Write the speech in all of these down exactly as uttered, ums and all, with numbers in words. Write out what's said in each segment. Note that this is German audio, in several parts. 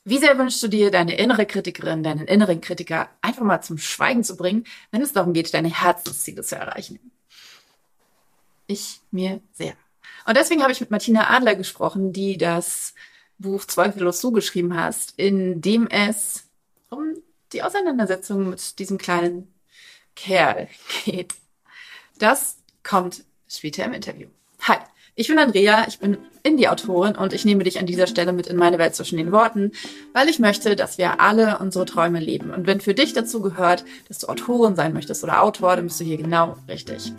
Wie sehr wünschst du dir, deine innere Kritikerin, deinen inneren Kritiker einfach mal zum Schweigen zu bringen, wenn es darum geht, deine Herzensziele zu erreichen? Ich mir sehr. Und deswegen habe ich mit Martina Adler gesprochen, die das Buch Zweifellos du geschrieben hast, in dem es um die Auseinandersetzung mit diesem kleinen Kerl geht. Das kommt später im Interview. Hi, ich bin Andrea, ich bin Indie-Autorin und ich nehme dich an dieser Stelle mit in meine Welt zwischen den Worten, weil ich möchte, dass wir alle unsere Träume leben. Und wenn für dich dazu gehört, dass du Autorin sein möchtest oder Autor, dann bist du hier genau richtig.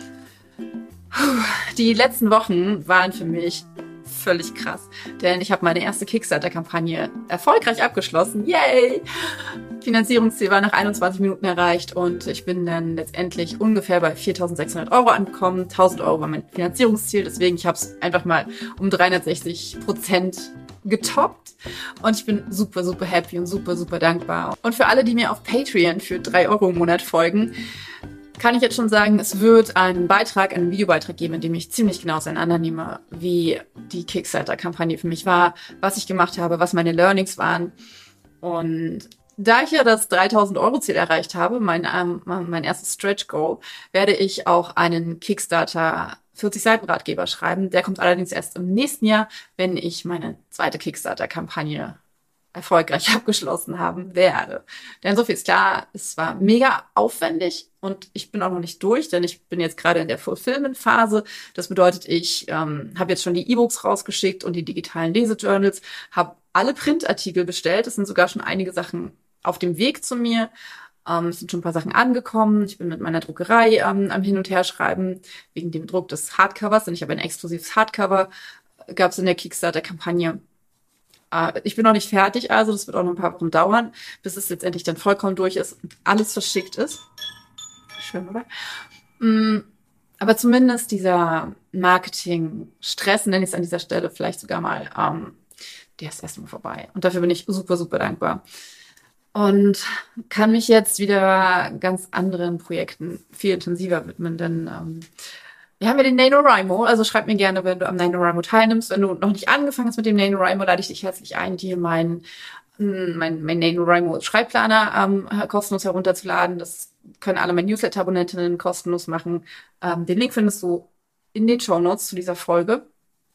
Die letzten Wochen waren für mich völlig krass, denn ich habe meine erste Kickstarter-Kampagne erfolgreich abgeschlossen. Yay! Finanzierungsziel war nach einundzwanzig Minuten erreicht und ich bin dann letztendlich ungefähr bei viertausendsechshundert Euro angekommen. tausend Euro war mein Finanzierungsziel, deswegen ich habe es einfach mal um dreihundertsechzig Prozent getoppt und ich bin super, super happy und super, super dankbar. Und für alle, die mir auf Patreon für drei Euro im Monat folgen, kann ich jetzt schon sagen, es wird einen Beitrag, einen Videobeitrag geben, in dem ich ziemlich genau auseinandernehme, wie die Kickstarter-Kampagne für mich war, was ich gemacht habe, was meine Learnings waren. Und da ich ja das dreitausend Euro Ziel erreicht habe, mein, ähm, mein erstes Stretch Goal, werde ich auch einen Kickstarter vierzig Seiten Ratgeber schreiben. Der kommt allerdings erst im nächsten Jahr, wenn ich meine zweite Kickstarter-Kampagne erfolgreich abgeschlossen haben werde. Denn so viel ist klar, es war mega aufwendig und ich bin auch noch nicht durch, denn ich bin jetzt gerade in der Fulfillment-Phase. Das bedeutet, ich ähm, habe jetzt schon die E-Books rausgeschickt und die digitalen Lesejournals, habe alle Printartikel bestellt. Es sind sogar schon einige Sachen auf dem Weg zu mir. Ähm, es sind schon ein paar Sachen angekommen. Ich bin mit meiner Druckerei ähm, am Hin- und Herschreiben wegen dem Druck des Hardcovers, denn ich habe ein exklusives Hardcover, gab es in der Kickstarter-Kampagne. Ich bin noch nicht fertig, also das wird auch noch ein paar Wochen dauern, bis es letztendlich dann vollkommen durch ist und alles verschickt ist. Schön, oder? Aber zumindest dieser Marketing-Stress, nenne ich es an dieser Stelle vielleicht sogar mal, ähm, der ist erstmal vorbei. Und dafür bin ich super, super dankbar. Und kann mich jetzt wieder ganz anderen Projekten viel intensiver widmen, denn ähm, wir haben ja den NaNoWriMo, also schreib mir gerne, wenn du am NaNoWriMo teilnimmst. Wenn du noch nicht angefangen hast mit dem NaNoWriMo, lade ich dich herzlich ein, dir meinen mein, mein NaNoWriMo Schreibplaner ähm, kostenlos herunterzuladen. Das können alle meine Newsletter-Abonnentinnen kostenlos machen. Ähm, den Link findest du in den Shownotes zu dieser Folge.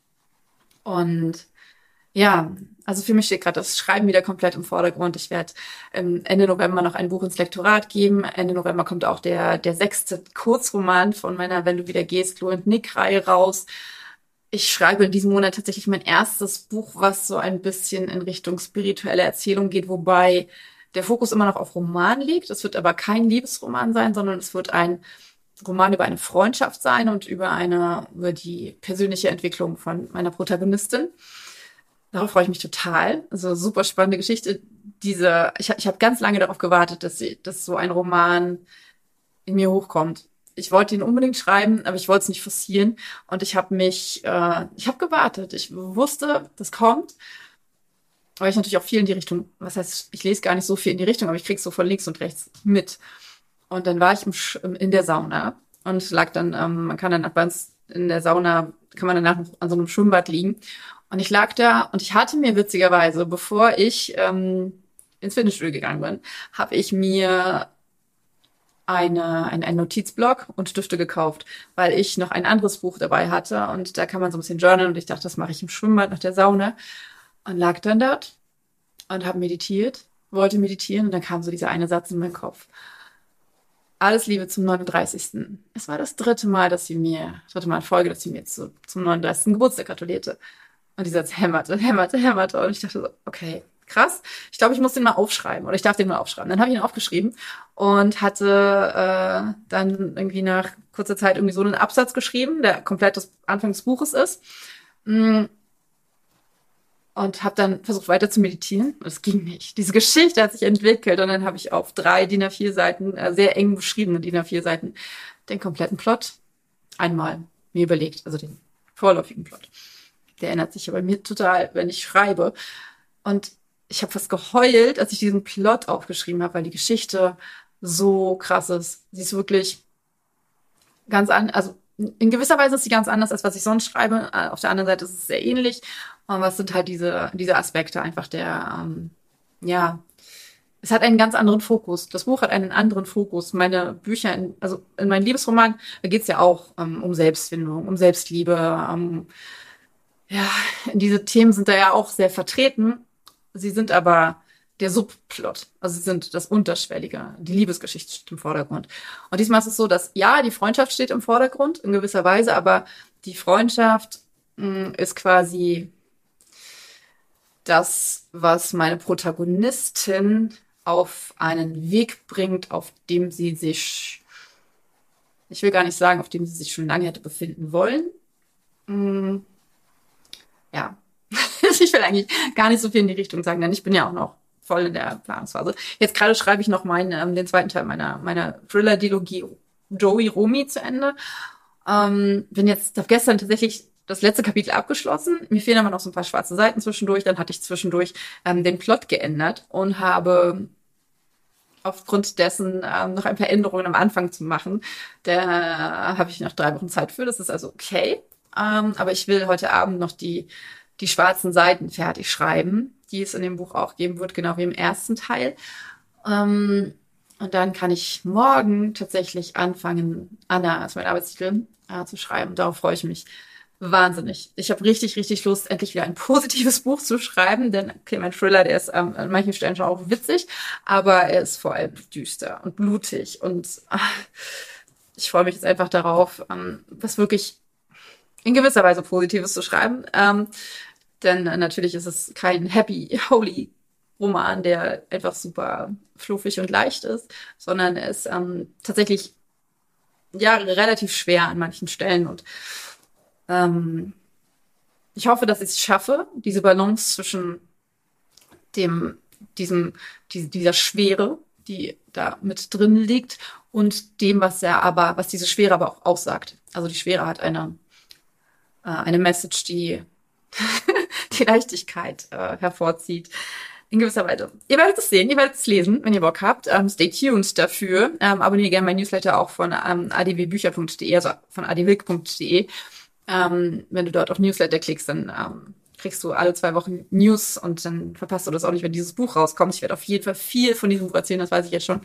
Und ja, also für mich steht gerade das Schreiben wieder komplett im Vordergrund. Ich werde ähm, Ende November noch ein Buch ins Lektorat geben. Ende November kommt auch der der sechste Kurzroman von meiner Wenn du wieder gehst, Flo und Nick-Reihe raus. Ich schreibe in diesem Monat tatsächlich mein erstes Buch, was so ein bisschen in Richtung spirituelle Erzählung geht, wobei der Fokus immer noch auf Roman liegt. Es wird aber kein Liebesroman sein, sondern es wird ein Roman über eine Freundschaft sein und über eine über die persönliche Entwicklung von meiner Protagonistin. Darauf freue ich mich total. Also super spannende Geschichte. Diese, ich, ich habe ganz lange darauf gewartet, dass, sie, dass so ein Roman in mir hochkommt. Ich wollte ihn unbedingt schreiben, aber ich wollte es nicht forcieren. Und ich habe mich, äh, ich habe gewartet. Ich wusste, das kommt. Aber ich natürlich auch viel in die Richtung, was heißt, ich lese gar nicht so viel in die Richtung, aber ich krieg's so von links und rechts mit. Und dann war ich im, Sch- in der Sauna und lag dann, ähm, man kann dann bei uns in der Sauna, kann man danach noch an so einem Schwimmbad liegen. Und ich lag da und ich hatte mir witzigerweise, bevor ich ähm, ins Fitnessstudio gegangen bin, habe ich mir eine, ein, einen Notizblock und Stifte gekauft, weil ich noch ein anderes Buch dabei hatte und da kann man so ein bisschen journalen und ich dachte, das mache ich im Schwimmbad nach der Sauna und lag dann dort und habe meditiert, wollte meditieren und dann kam so dieser eine Satz in meinen Kopf. Alles Liebe zum neununddreißigsten. Es war das dritte Mal, dass sie mir, dritte Mal in Folge, dass sie mir zu, zum neununddreißigsten Geburtstag gratulierte. Und dieser Satz hämmerte, hämmerte, hämmerte. Und ich dachte so, okay, krass. Ich glaube, ich muss den mal aufschreiben. Oder ich darf den mal aufschreiben. Dann habe ich ihn aufgeschrieben und hatte äh, dann irgendwie nach kurzer Zeit irgendwie so einen Absatz geschrieben, der komplett das Anfang des Buches ist. Und habe dann versucht weiter zu meditieren. Es ging nicht. Diese Geschichte hat sich entwickelt und dann habe ich auf drei D I N A vier Seiten, äh, sehr eng beschriebene D I N A vier Seiten, den kompletten Plot einmal mir überlegt, also den vorläufigen Plot. Der ändert sich ja bei mir total, wenn ich schreibe. Und ich habe fast geheult, als ich diesen Plot aufgeschrieben habe, weil die Geschichte so krass ist. Sie ist wirklich ganz an, also in gewisser Weise ist sie ganz anders, als was ich sonst schreibe. Auf der anderen Seite ist es sehr ähnlich. Und was sind halt diese, diese Aspekte einfach der, ähm, ja, es hat einen ganz anderen Fokus. Das Buch hat einen anderen Fokus. Meine Bücher, in, also in meinem Liebesroman, da geht es ja auch ähm, um Selbstfindung, um Selbstliebe. Ähm, ja, diese Themen sind da ja auch sehr vertreten. Sie sind aber der Subplot. Also sie sind das Unterschwellige. Die Liebesgeschichte steht im Vordergrund. Und diesmal ist es so, dass ja, die Freundschaft steht im Vordergrund in gewisser Weise, aber die Freundschaft mh, ist quasi das, was meine Protagonistin auf einen Weg bringt, auf dem sie sich, ich will gar nicht sagen, auf dem sie sich schon lange hätte befinden wollen. Mm, ja, ich will eigentlich gar nicht so viel in die Richtung sagen, denn ich bin ja auch noch voll in der Planungsphase. Jetzt gerade schreibe ich noch meinen, ähm, den zweiten Teil meiner, meiner Thriller-Dilogie Joey Romy zu Ende. Ähm, bin jetzt, habe gestern tatsächlich das letzte Kapitel abgeschlossen. Mir fehlen aber noch so ein paar schwarze Seiten zwischendurch. Dann hatte ich zwischendurch ähm, den Plot geändert und habe aufgrund dessen ähm, noch ein paar Änderungen am Anfang zu machen. Da habe ich noch drei Wochen Zeit für. Das ist also okay. Ähm, aber ich will heute Abend noch die, die schwarzen Seiten fertig schreiben, die es in dem Buch auch geben wird, genau wie im ersten Teil. Ähm, und dann kann ich morgen tatsächlich anfangen, Anna als mein Arbeitstitel äh, zu schreiben. Darauf freue ich mich wahnsinnig. Ich habe richtig, richtig Lust, endlich wieder ein positives Buch zu schreiben, denn okay, mein Thriller, der ist ähm, an manchen Stellen schon auch witzig, aber er ist vor allem düster und blutig und ach, ich freue mich jetzt einfach darauf, ähm, was wirklich in gewisser Weise Positives zu schreiben, ähm, denn äh, natürlich ist es kein happy, holy Roman, der einfach super fluffig und leicht ist, sondern er ist ähm, tatsächlich ja relativ schwer an manchen Stellen und ähm, ich hoffe, dass ich es schaffe, diese Balance zwischen dem, diesem, die, dieser Schwere, die da mit drin liegt, und dem, was er aber, was diese Schwere aber auch aussagt. Also die Schwere hat eine, äh, eine Message, die die Leichtigkeit äh, hervorzieht. In gewisser Weise. Ihr werdet es sehen, ihr werdet es lesen, wenn ihr Bock habt. Ähm, stay tuned dafür. Ähm, abonniert gerne mein Newsletter auch von ähm, a d w bücher punkt d e, also von a d wilk punkt d e. Ähm, wenn du dort auf Newsletter klickst, dann ähm, kriegst du alle zwei Wochen News und dann verpasst du das auch nicht, wenn dieses Buch rauskommt. Ich werde auf jeden Fall viel von diesem Buch erzählen, das weiß ich jetzt schon.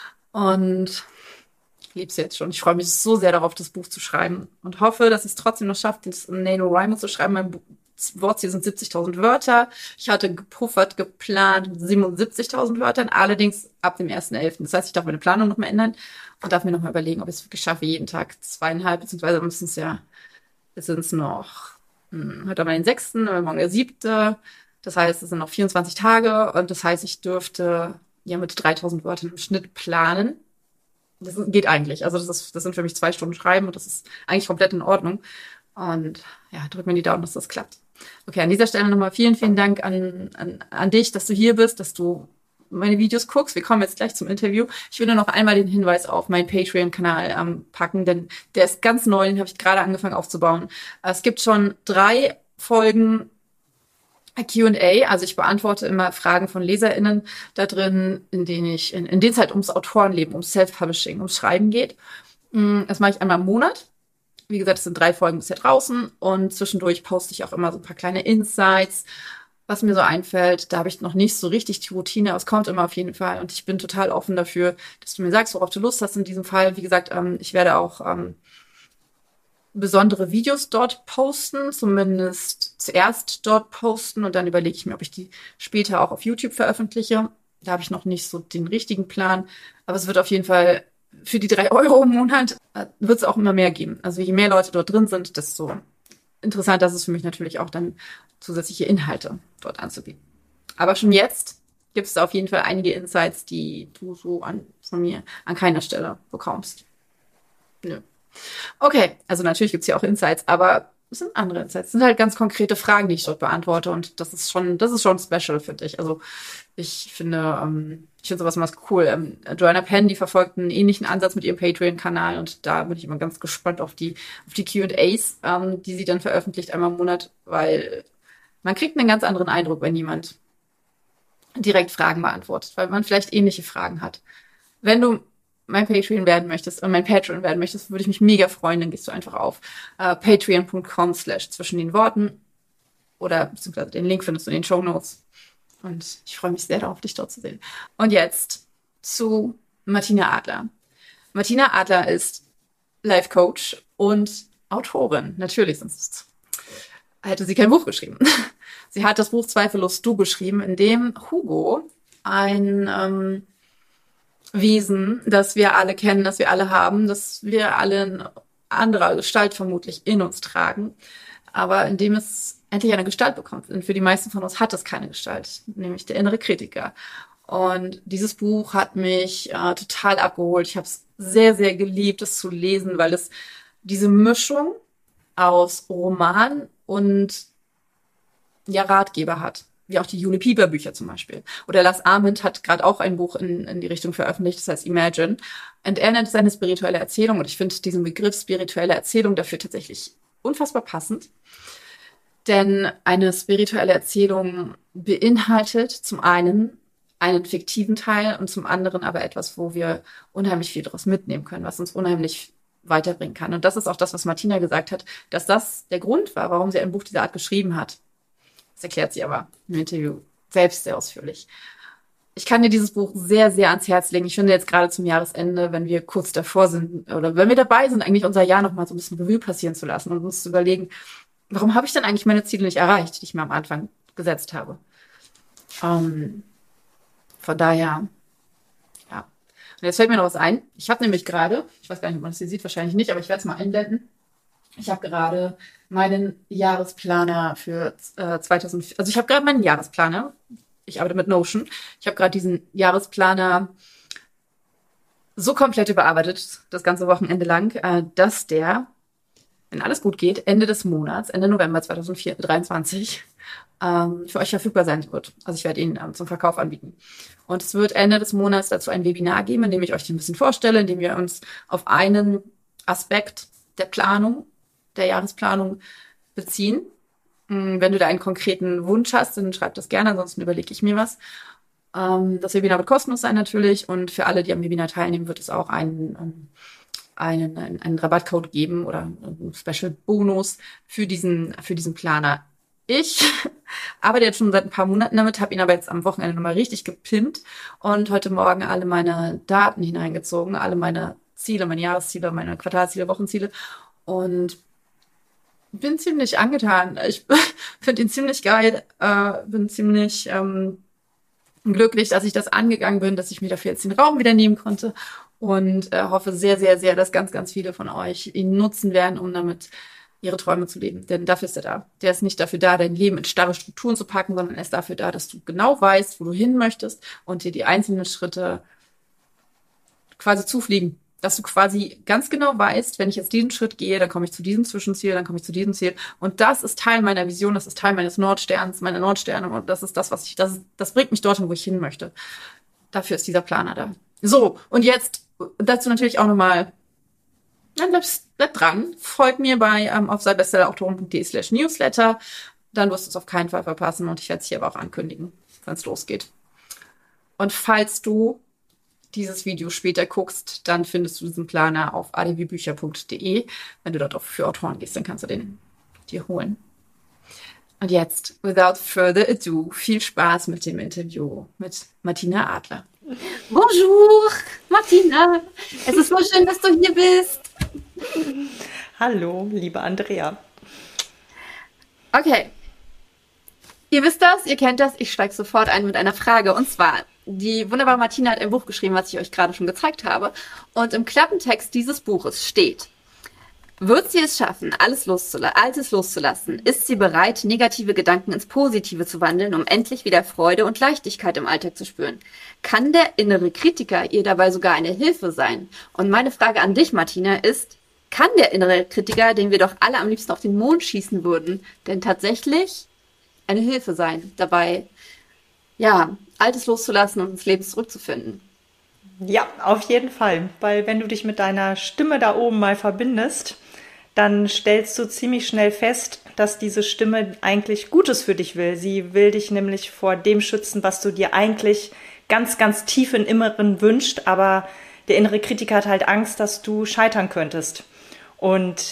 Und ich liebe es jetzt schon. Ich freue mich so sehr darauf, das Buch zu schreiben und hoffe, dass ich es trotzdem noch schaffe, das NaNoWriMo zu schreiben. Mein Bu- Wortziel sind siebzigtausend Wörter. Ich hatte gepuffert, geplant siebenundsiebzigtausend Wörtern, allerdings ab dem ersten elften. Das heißt, ich darf meine Planung noch mal ändern und darf mir noch mal überlegen, ob ich es wirklich schaffe, jeden Tag zweieinhalb, beziehungsweise müssen es ja, jetzt sind es noch, hm, heute haben wir den sechsten, morgen der siebte. Das heißt, es sind noch vierundzwanzig Tage und das heißt, ich dürfte ja mit dreitausend Wörtern im Schnitt planen. Das geht eigentlich. Also das ist, das sind für mich zwei Stunden Schreiben und das ist eigentlich komplett in Ordnung. Und ja, drück mir die Daumen, dass das klappt. Okay, an dieser Stelle nochmal vielen, vielen Dank an, an, an dich, dass du hier bist, dass du meine Videos guckst. Wir kommen jetzt gleich zum Interview. Ich will nur noch einmal den Hinweis auf meinen Patreon-Kanal ähm, packen, denn der ist ganz neu, den habe ich gerade angefangen aufzubauen. Es gibt schon drei Folgen Q und A, also ich beantworte immer Fragen von LeserInnen da drin, in denen ich, in, in denen es halt ums Autorenleben, ums Self-Publishing, ums Schreiben geht. Das mache ich einmal im Monat. Wie gesagt, es sind drei Folgen bisher draußen und zwischendurch poste ich auch immer so ein paar kleine Insights, was mir so einfällt. Da habe ich noch nicht so richtig die Routine, aber es kommt immer auf jeden Fall und ich bin total offen dafür, dass du mir sagst, worauf du Lust hast in diesem Fall. Wie gesagt, ähm, ich werde auch ähm, besondere Videos dort posten, zumindest zuerst dort posten und dann überlege ich mir, ob ich die später auch auf YouTube veröffentliche. Da habe ich noch nicht so den richtigen Plan, aber es wird auf jeden Fall für die drei Euro im Monat äh, wird es auch immer mehr geben. Also je mehr Leute dort drin sind, desto interessanter ist es für mich natürlich auch dann zusätzliche Inhalte dort anzubieten. Aber schon jetzt gibt es auf jeden Fall einige Insights, die du so an, von mir an keiner Stelle bekommst. Nö. Okay, also natürlich gibt's hier auch Insights, aber es sind andere Insights. Es sind halt ganz konkrete Fragen, die ich dort beantworte und das ist schon, das ist schon special, finde ich. Also ich finde, ähm, ich finde sowas immer cool. Ähm, Joanna Penn, die verfolgt einen ähnlichen Ansatz mit ihrem Patreon-Kanal und da bin ich immer ganz gespannt auf die, auf die Q und As, ähm, die sie dann veröffentlicht einmal im Monat, weil man kriegt einen ganz anderen Eindruck, wenn jemand direkt Fragen beantwortet, weil man vielleicht ähnliche Fragen hat. Wenn du mein Patreon werden möchtest, äh, mein Patreon werden möchtest, würde ich mich mega freuen, dann gehst du einfach auf äh, patreon punkt com slash zwischen den Worten oder beziehungsweise den Link findest du in den Shownotes. Und ich freue mich sehr darauf, dich dort zu sehen. Und jetzt zu Martina Adler. Martina Adler ist Life Coach und Autorin. Natürlich, sonst hätte sie kein Buch geschrieben. Sie hat das Buch Zweifellos du geschrieben, in dem Hugo, ein ähm, Wesen, das wir alle kennen, das wir alle haben, das wir alle in anderer Gestalt vermutlich in uns tragen, aber in dem es endlich eine Gestalt bekommt. Und für die meisten von uns hat es keine Gestalt, nämlich der innere Kritiker. Und dieses Buch hat mich äh, total abgeholt. Ich habe es sehr, sehr geliebt, es zu lesen, weil es diese Mischung aus Roman und ja, Ratgeber hat. Wie auch die Julie Pieper Bücher zum Beispiel. Oder Lars Ament hat gerade auch ein Buch in, in die Richtung veröffentlicht, das heißt Imagine. Und er nennt es eine spirituelle Erzählung. Und ich finde diesen Begriff spirituelle Erzählung dafür tatsächlich unfassbar passend. Denn eine spirituelle Erzählung beinhaltet zum einen einen fiktiven Teil und zum anderen aber etwas, wo wir unheimlich viel daraus mitnehmen können, was uns unheimlich weiterbringen kann. Und das ist auch das, was Martina gesagt hat, dass das der Grund war, warum sie ein Buch dieser Art geschrieben hat. Das erklärt sie aber im Interview selbst sehr ausführlich. Ich kann dir dieses Buch sehr, sehr ans Herz legen. Ich finde jetzt gerade zum Jahresende, wenn wir kurz davor sind oder wenn wir dabei sind, eigentlich unser Jahr nochmal so ein bisschen Revue passieren zu lassen und uns zu überlegen, warum habe ich denn eigentlich meine Ziele nicht erreicht, die ich mir am Anfang gesetzt habe. Ähm, von daher, ja. Und jetzt fällt mir noch was ein. Ich habe nämlich gerade, ich weiß gar nicht, ob man das hier sieht, wahrscheinlich nicht, aber ich werde es mal einblenden. Ich habe gerade meinen Jahresplaner für äh, zweitausend, also ich habe gerade meinen Jahresplaner. Ich arbeite mit Notion. Ich habe gerade diesen Jahresplaner so komplett überarbeitet, das ganze Wochenende lang, äh, dass der, wenn alles gut geht, Ende des Monats, Ende November zweitausenddreiundzwanzig, ähm, für euch verfügbar sein wird. Also ich werde ihn ähm, zum Verkauf anbieten. Und es wird Ende des Monats dazu ein Webinar geben, in dem ich euch den ein bisschen vorstelle, in dem wir uns auf einen Aspekt der Planung, der Jahresplanung beziehen. Wenn du da einen konkreten Wunsch hast, dann schreib das gerne, ansonsten überlege ich mir was. Das Webinar wird kostenlos sein natürlich und für alle, die am Webinar teilnehmen, wird es auch einen, einen, einen, einen Rabattcode geben oder einen Special Bonus für diesen, für diesen Planer. Ich arbeite jetzt schon seit ein paar Monaten damit, habe ihn aber jetzt am Wochenende nochmal richtig gepimpt und heute Morgen alle meine Daten hineingezogen, alle meine Ziele, meine Jahresziele, meine Quartalsziele, Wochenziele und bin ziemlich angetan. Ich finde ihn ziemlich geil, äh, bin ziemlich ähm, glücklich, dass ich das angegangen bin, dass ich mir dafür jetzt den Raum wieder nehmen konnte und äh, hoffe sehr, sehr, sehr, dass ganz, ganz viele von euch ihn nutzen werden, um damit ihre Träume zu leben. Denn dafür ist er da. Der ist nicht dafür da, dein Leben in starre Strukturen zu packen, sondern er ist dafür da, dass du genau weißt, wo du hin möchtest und dir die einzelnen Schritte quasi zufliegen. Dass du quasi ganz genau weißt, wenn ich jetzt diesen Schritt gehe, dann komme ich zu diesem Zwischenziel, dann komme ich zu diesem Ziel. Und das ist Teil meiner Vision, das ist Teil meines Nordsterns, meiner Nordsterne. Und das ist das, was ich, das, das bringt mich dorthin, wo ich hin möchte. Dafür ist dieser Planer da. So, und jetzt dazu natürlich auch nochmal, dann bleib, bleib dran. Folgt mir bei ähm, auf seibestsellerautoren.de slash newsletter. Dann wirst du es auf keinen Fall verpassen. Und ich werde es hier aber auch ankündigen, wenn es losgeht. Und falls du dieses Video später guckst, dann findest du diesen Planer auf a d w bücher punkt d e. Wenn du dort auch für Autoren gehst, dann kannst du den dir holen. Und jetzt, without further ado, viel Spaß mit dem Interview mit Martina Adler. Bonjour, Martina. Es ist so schön, dass du hier bist. Hallo, liebe Andrea. Okay. Ihr wisst das, ihr kennt das. Ich steige sofort ein mit einer Frage. Und zwar, die wunderbare Martina hat ein Buch geschrieben, was ich euch gerade schon gezeigt habe. Und im Klappentext dieses Buches steht: Wird sie es schaffen, alles loszula- Altes loszulassen? Ist sie bereit, negative Gedanken ins Positive zu wandeln, um endlich wieder Freude und Leichtigkeit im Alltag zu spüren? Kann der innere Kritiker ihr dabei sogar eine Hilfe sein? Und meine Frage an dich, Martina, ist: Kann der innere Kritiker, den wir doch alle am liebsten auf den Mond schießen würden, denn tatsächlich eine Hilfe sein, dabei, ja, Altes loszulassen und ins Leben zurückzufinden? Ja, auf jeden Fall, weil wenn du dich mit deiner Stimme da oben mal verbindest, dann stellst du ziemlich schnell fest, dass diese Stimme eigentlich Gutes für dich will. Sie will dich nämlich vor dem schützen, was du dir eigentlich ganz, ganz tief im Inneren wünschst, aber der innere Kritiker hat halt Angst, dass du scheitern könntest. Und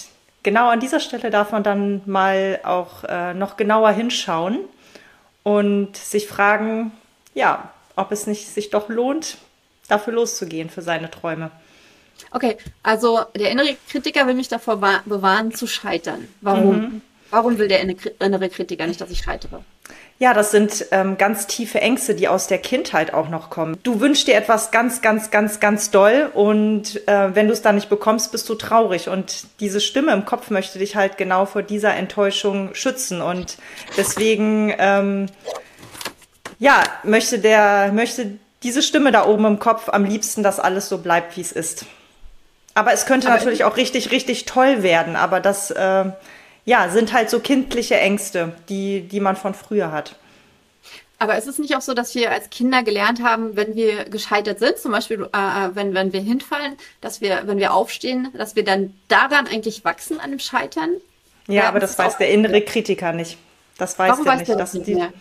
genau an dieser Stelle darf man dann mal auch äh, noch genauer hinschauen und sich fragen, ja, ob es nicht sich doch lohnt, dafür loszugehen für seine Träume. Okay, also der innere Kritiker will mich davor wa- bewahren, zu scheitern. Warum? Mhm. Warum will der inne- innere Kritiker nicht, dass ich scheitere? Ja, das sind ähm, ganz tiefe Ängste, die aus der Kindheit auch noch kommen. Du wünschst dir etwas ganz, ganz, ganz, ganz doll und äh, wenn du es dann nicht bekommst, bist du traurig. Und diese Stimme im Kopf möchte dich halt genau vor dieser Enttäuschung schützen. Und deswegen, ähm, ja, möchte der, möchte diese Stimme da oben im Kopf am liebsten, dass alles so bleibt, wie es ist. Aber es könnte Aber natürlich auch richtig, richtig toll werden. Aber das, äh, ja, sind halt so kindliche Ängste, die, die man von früher hat. Aber ist es nicht auch so, dass wir als Kinder gelernt haben, wenn wir gescheitert sind, zum Beispiel, äh, wenn, wenn wir hinfallen, dass wir, wenn wir aufstehen, dass wir dann daran eigentlich wachsen, an dem Scheitern? Ja, Ja, aber das das ist weiß auch- der innere Kritiker nicht. Das weiß Warum der weiß nicht. der Das das nicht die, mehr?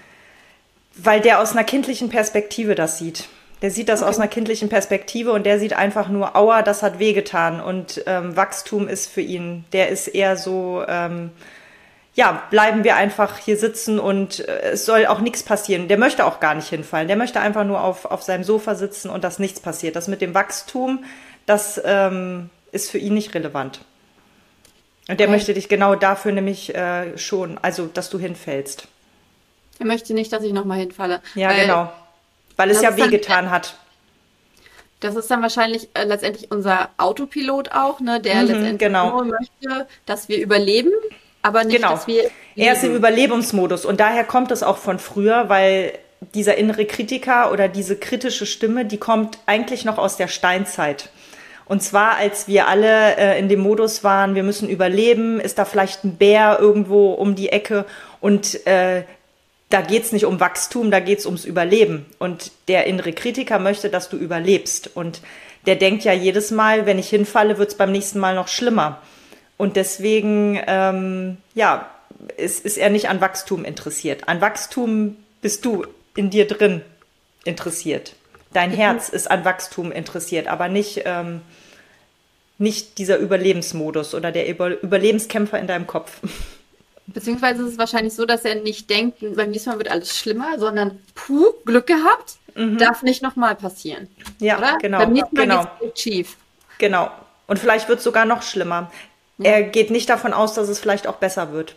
weil der aus einer kindlichen Perspektive das sieht. Der sieht das Okay. aus einer kindlichen Perspektive und der sieht einfach nur, aua, das hat wehgetan. Und ähm, Wachstum ist für ihn, der ist eher so, ähm, ja, bleiben wir einfach hier sitzen und äh, es soll auch nichts passieren. Der möchte auch gar nicht hinfallen. Der möchte einfach nur auf, auf seinem Sofa sitzen und dass nichts passiert. Das mit dem Wachstum, das ähm, ist für ihn nicht relevant. Und der Okay. möchte dich genau dafür nämlich äh, schon, also dass du hinfällst. Er möchte nicht, dass ich nochmal hinfalle. Ja, Weil genau. Weil es das ja ist dann- wehgetan hat. Das ist dann wahrscheinlich äh, letztendlich unser Autopilot auch, ne, der Mhm, letztendlich genau. nur möchte, dass wir überleben, aber nicht, Genau. dass wir Er ist im leben. Überlebensmodus und daher kommt es auch von früher, weil dieser innere Kritiker oder diese kritische Stimme, die kommt eigentlich noch aus der Steinzeit. Und zwar, als wir alle äh, in dem Modus waren, wir müssen überleben, ist da vielleicht ein Bär irgendwo um die Ecke und äh, da geht's nicht um Wachstum, da geht's ums Überleben. Und der innere Kritiker möchte, dass du überlebst. Und der denkt ja jedes Mal, wenn ich hinfalle, wird's beim nächsten Mal noch schlimmer. Und deswegen, ähm, ja, ist, ist er nicht an Wachstum interessiert. An Wachstum bist du in dir drin interessiert. Dein Herz ist an Wachstum interessiert, aber nicht, ähm, nicht dieser Überlebensmodus oder der Über Überlebenskämpfer in deinem Kopf. Beziehungsweise ist es wahrscheinlich so, dass er nicht denkt, beim nächsten Mal wird alles schlimmer, sondern puh, Glück gehabt, darf nicht nochmal passieren. Ja, Oder? genau, Beim nächsten Mal genau. geht's schief. Genau. Und vielleicht wird es sogar noch schlimmer. Er geht nicht davon aus, dass es vielleicht auch besser wird.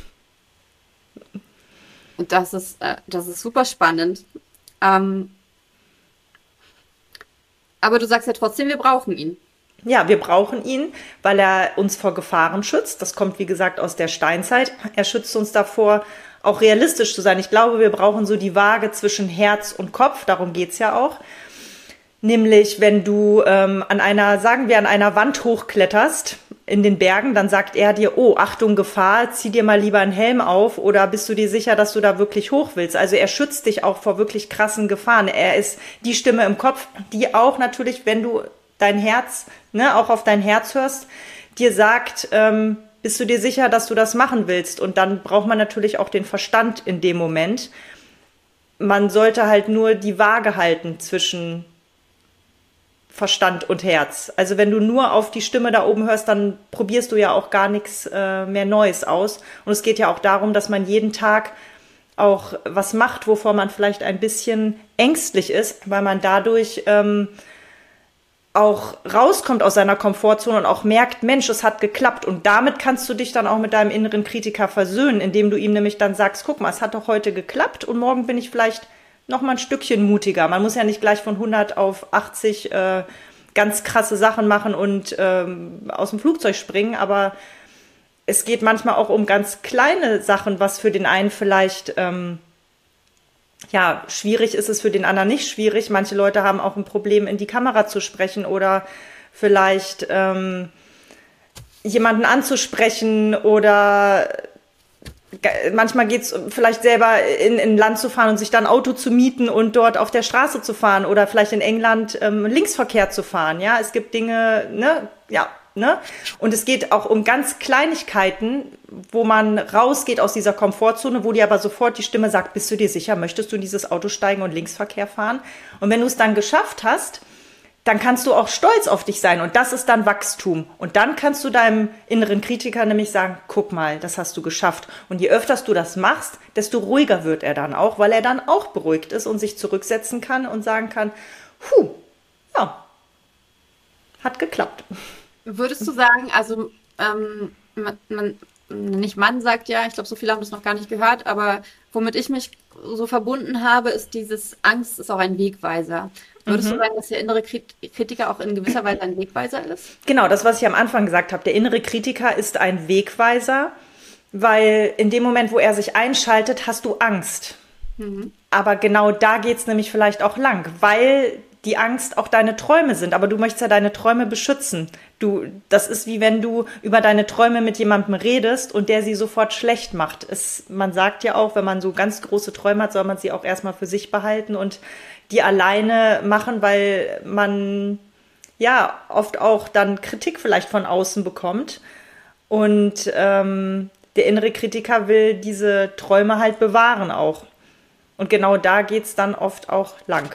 Und das ist, äh, das ist super spannend. Ähm, aber du sagst ja trotzdem, wir brauchen ihn. Ja, wir brauchen ihn, weil er uns vor Gefahren schützt. Das kommt, wie gesagt, aus der Steinzeit. Er schützt uns davor, auch realistisch zu sein. Ich glaube, wir brauchen so die Waage zwischen Herz und Kopf. Darum geht's ja auch. Nämlich, wenn du ähm, an einer, sagen wir, an einer Wand hochkletterst in den Bergen, dann sagt er dir, oh, Achtung, Gefahr, zieh dir mal lieber einen Helm auf oder bist du dir sicher, dass du da wirklich hoch willst? Also er schützt dich auch vor wirklich krassen Gefahren. Er ist die Stimme im Kopf, die auch natürlich, wenn du dein Herz, ne, auch auf dein Herz hörst, dir sagt, ähm, bist du dir sicher, dass du das machen willst? Und dann braucht man natürlich auch den Verstand in dem Moment. Man sollte halt nur die Waage halten zwischen Verstand und Herz. Also wenn du nur auf die Stimme da oben hörst, dann probierst du ja auch gar nichts äh, mehr Neues aus. Und es geht ja auch darum, dass man jeden Tag auch was macht, wovor man vielleicht ein bisschen ängstlich ist, weil man dadurch ähm, auch rauskommt aus seiner Komfortzone und auch merkt, Mensch, es hat geklappt. Und damit kannst du dich dann auch mit deinem inneren Kritiker versöhnen, indem du ihm nämlich dann sagst, guck mal, es hat doch heute geklappt und morgen bin ich vielleicht noch mal ein Stückchen mutiger. Man muss ja nicht gleich von hundert auf achtzig äh, ganz krasse Sachen machen und ähm, aus dem Flugzeug springen, aber es geht manchmal auch um ganz kleine Sachen, was für den einen vielleicht, ähm, ja, schwierig ist es, für den anderen nicht schwierig. Manche Leute haben auch ein Problem, in die Kamera zu sprechen oder vielleicht ähm, jemanden anzusprechen oder manchmal geht es vielleicht selber in, in ein Land zu fahren und sich dann ein Auto zu mieten und dort auf der Straße zu fahren oder vielleicht in England ähm, Linksverkehr zu fahren. Ja, es gibt Dinge, ne, ja, ne. Und es geht auch um ganz Kleinigkeiten, wo man rausgeht aus dieser Komfortzone, wo dir aber sofort die Stimme sagt, bist du dir sicher, möchtest du in dieses Auto steigen und Linksverkehr fahren? Und wenn du es dann geschafft hast, dann kannst du auch stolz auf dich sein und das ist dann Wachstum. Und dann kannst du deinem inneren Kritiker nämlich sagen, guck mal, das hast du geschafft. Und je öfter du das machst, desto ruhiger wird er dann auch, weil er dann auch beruhigt ist und sich zurücksetzen kann und sagen kann, puh, ja, hat geklappt. Würdest du sagen, also ähm, man, man, nicht Mann sagt ja, ich glaube, so viele haben das noch gar nicht gehört, aber womit ich mich so verbunden habe, ist dieses Angst ist auch ein Wegweiser. Würdest Mhm. du sagen, dass der innere Krit- Kritiker auch in gewisser Weise ein Wegweiser ist? Genau, das, was ich am Anfang gesagt habe. Der innere Kritiker ist ein Wegweiser, weil in dem Moment, wo er sich einschaltet, hast du Angst. Mhm. Aber genau da geht's nämlich vielleicht auch lang, weil die Angst auch deine Träume sind. Aber du möchtest ja deine Träume beschützen. Du, das ist wie wenn du über deine Träume mit jemandem redest und der sie sofort schlecht macht. Es, man sagt ja auch, wenn man so ganz große Träume hat, soll man sie auch erstmal für sich behalten und die alleine machen, weil man ja oft auch dann Kritik vielleicht von außen bekommt. Und ähm, der innere Kritiker will diese Träume halt bewahren auch. Und genau da geht's dann oft auch lang.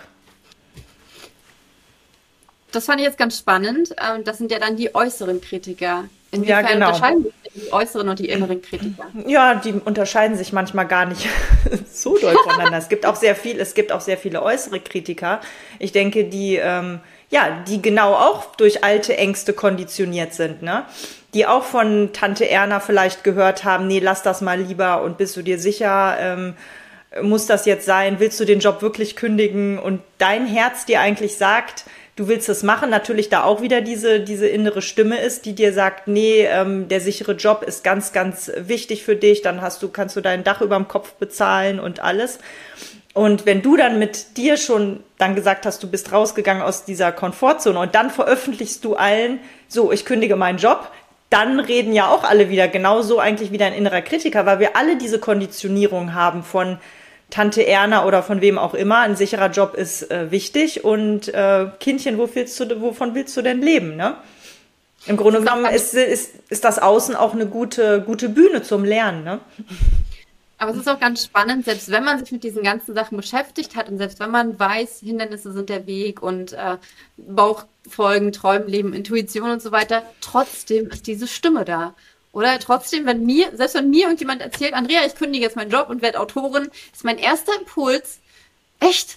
Das fand ich jetzt ganz spannend. Ähm, Das sind ja dann die äußeren Kritiker. Ja, Inwiefern genau. unterscheiden sich denn die äußeren und die inneren Kritiker? Ja, die unterscheiden sich manchmal gar nicht so doll voneinander. Es gibt auch sehr viel, es gibt auch sehr viele äußere Kritiker. Ich denke, die, ähm, ja, die genau auch durch alte Ängste konditioniert sind, ne? Die auch von Tante Erna vielleicht gehört haben, nee, lass das mal lieber und bist du dir sicher, ähm, muss das jetzt sein? Willst du den Job wirklich kündigen? Und dein Herz dir eigentlich sagt, du willst es machen, natürlich da auch wieder diese, diese innere Stimme ist, die dir sagt, nee, ähm, der sichere Job ist ganz, ganz wichtig für dich, dann hast du, kannst du dein Dach über dem Kopf bezahlen und alles. Und wenn du dann mit dir schon dann gesagt hast, du bist rausgegangen aus dieser Komfortzone und dann veröffentlichst du allen, so, ich kündige meinen Job, dann reden ja auch alle wieder genauso eigentlich wie dein innerer Kritiker, weil wir alle diese Konditionierung haben von Tante Erna oder von wem auch immer, ein sicherer Job ist äh, wichtig und äh, Kindchen, wo willst du, wovon willst du denn leben, ne? Im Grunde Das ist auch genommen ganz- ist, ist, ist das Außen auch eine gute, gute Bühne zum Lernen, ne? Aber es ist auch ganz spannend, selbst wenn man sich mit diesen ganzen Sachen beschäftigt hat und selbst wenn man weiß, Hindernisse sind der Weg und äh, Bauchfolgen, Träumen, Leben, Intuition und so weiter, trotzdem ist diese Stimme da. Oder trotzdem, wenn mir, selbst wenn mir irgendjemand erzählt, Andrea, ich kündige jetzt meinen Job und werde Autorin, ist mein erster Impuls, echt?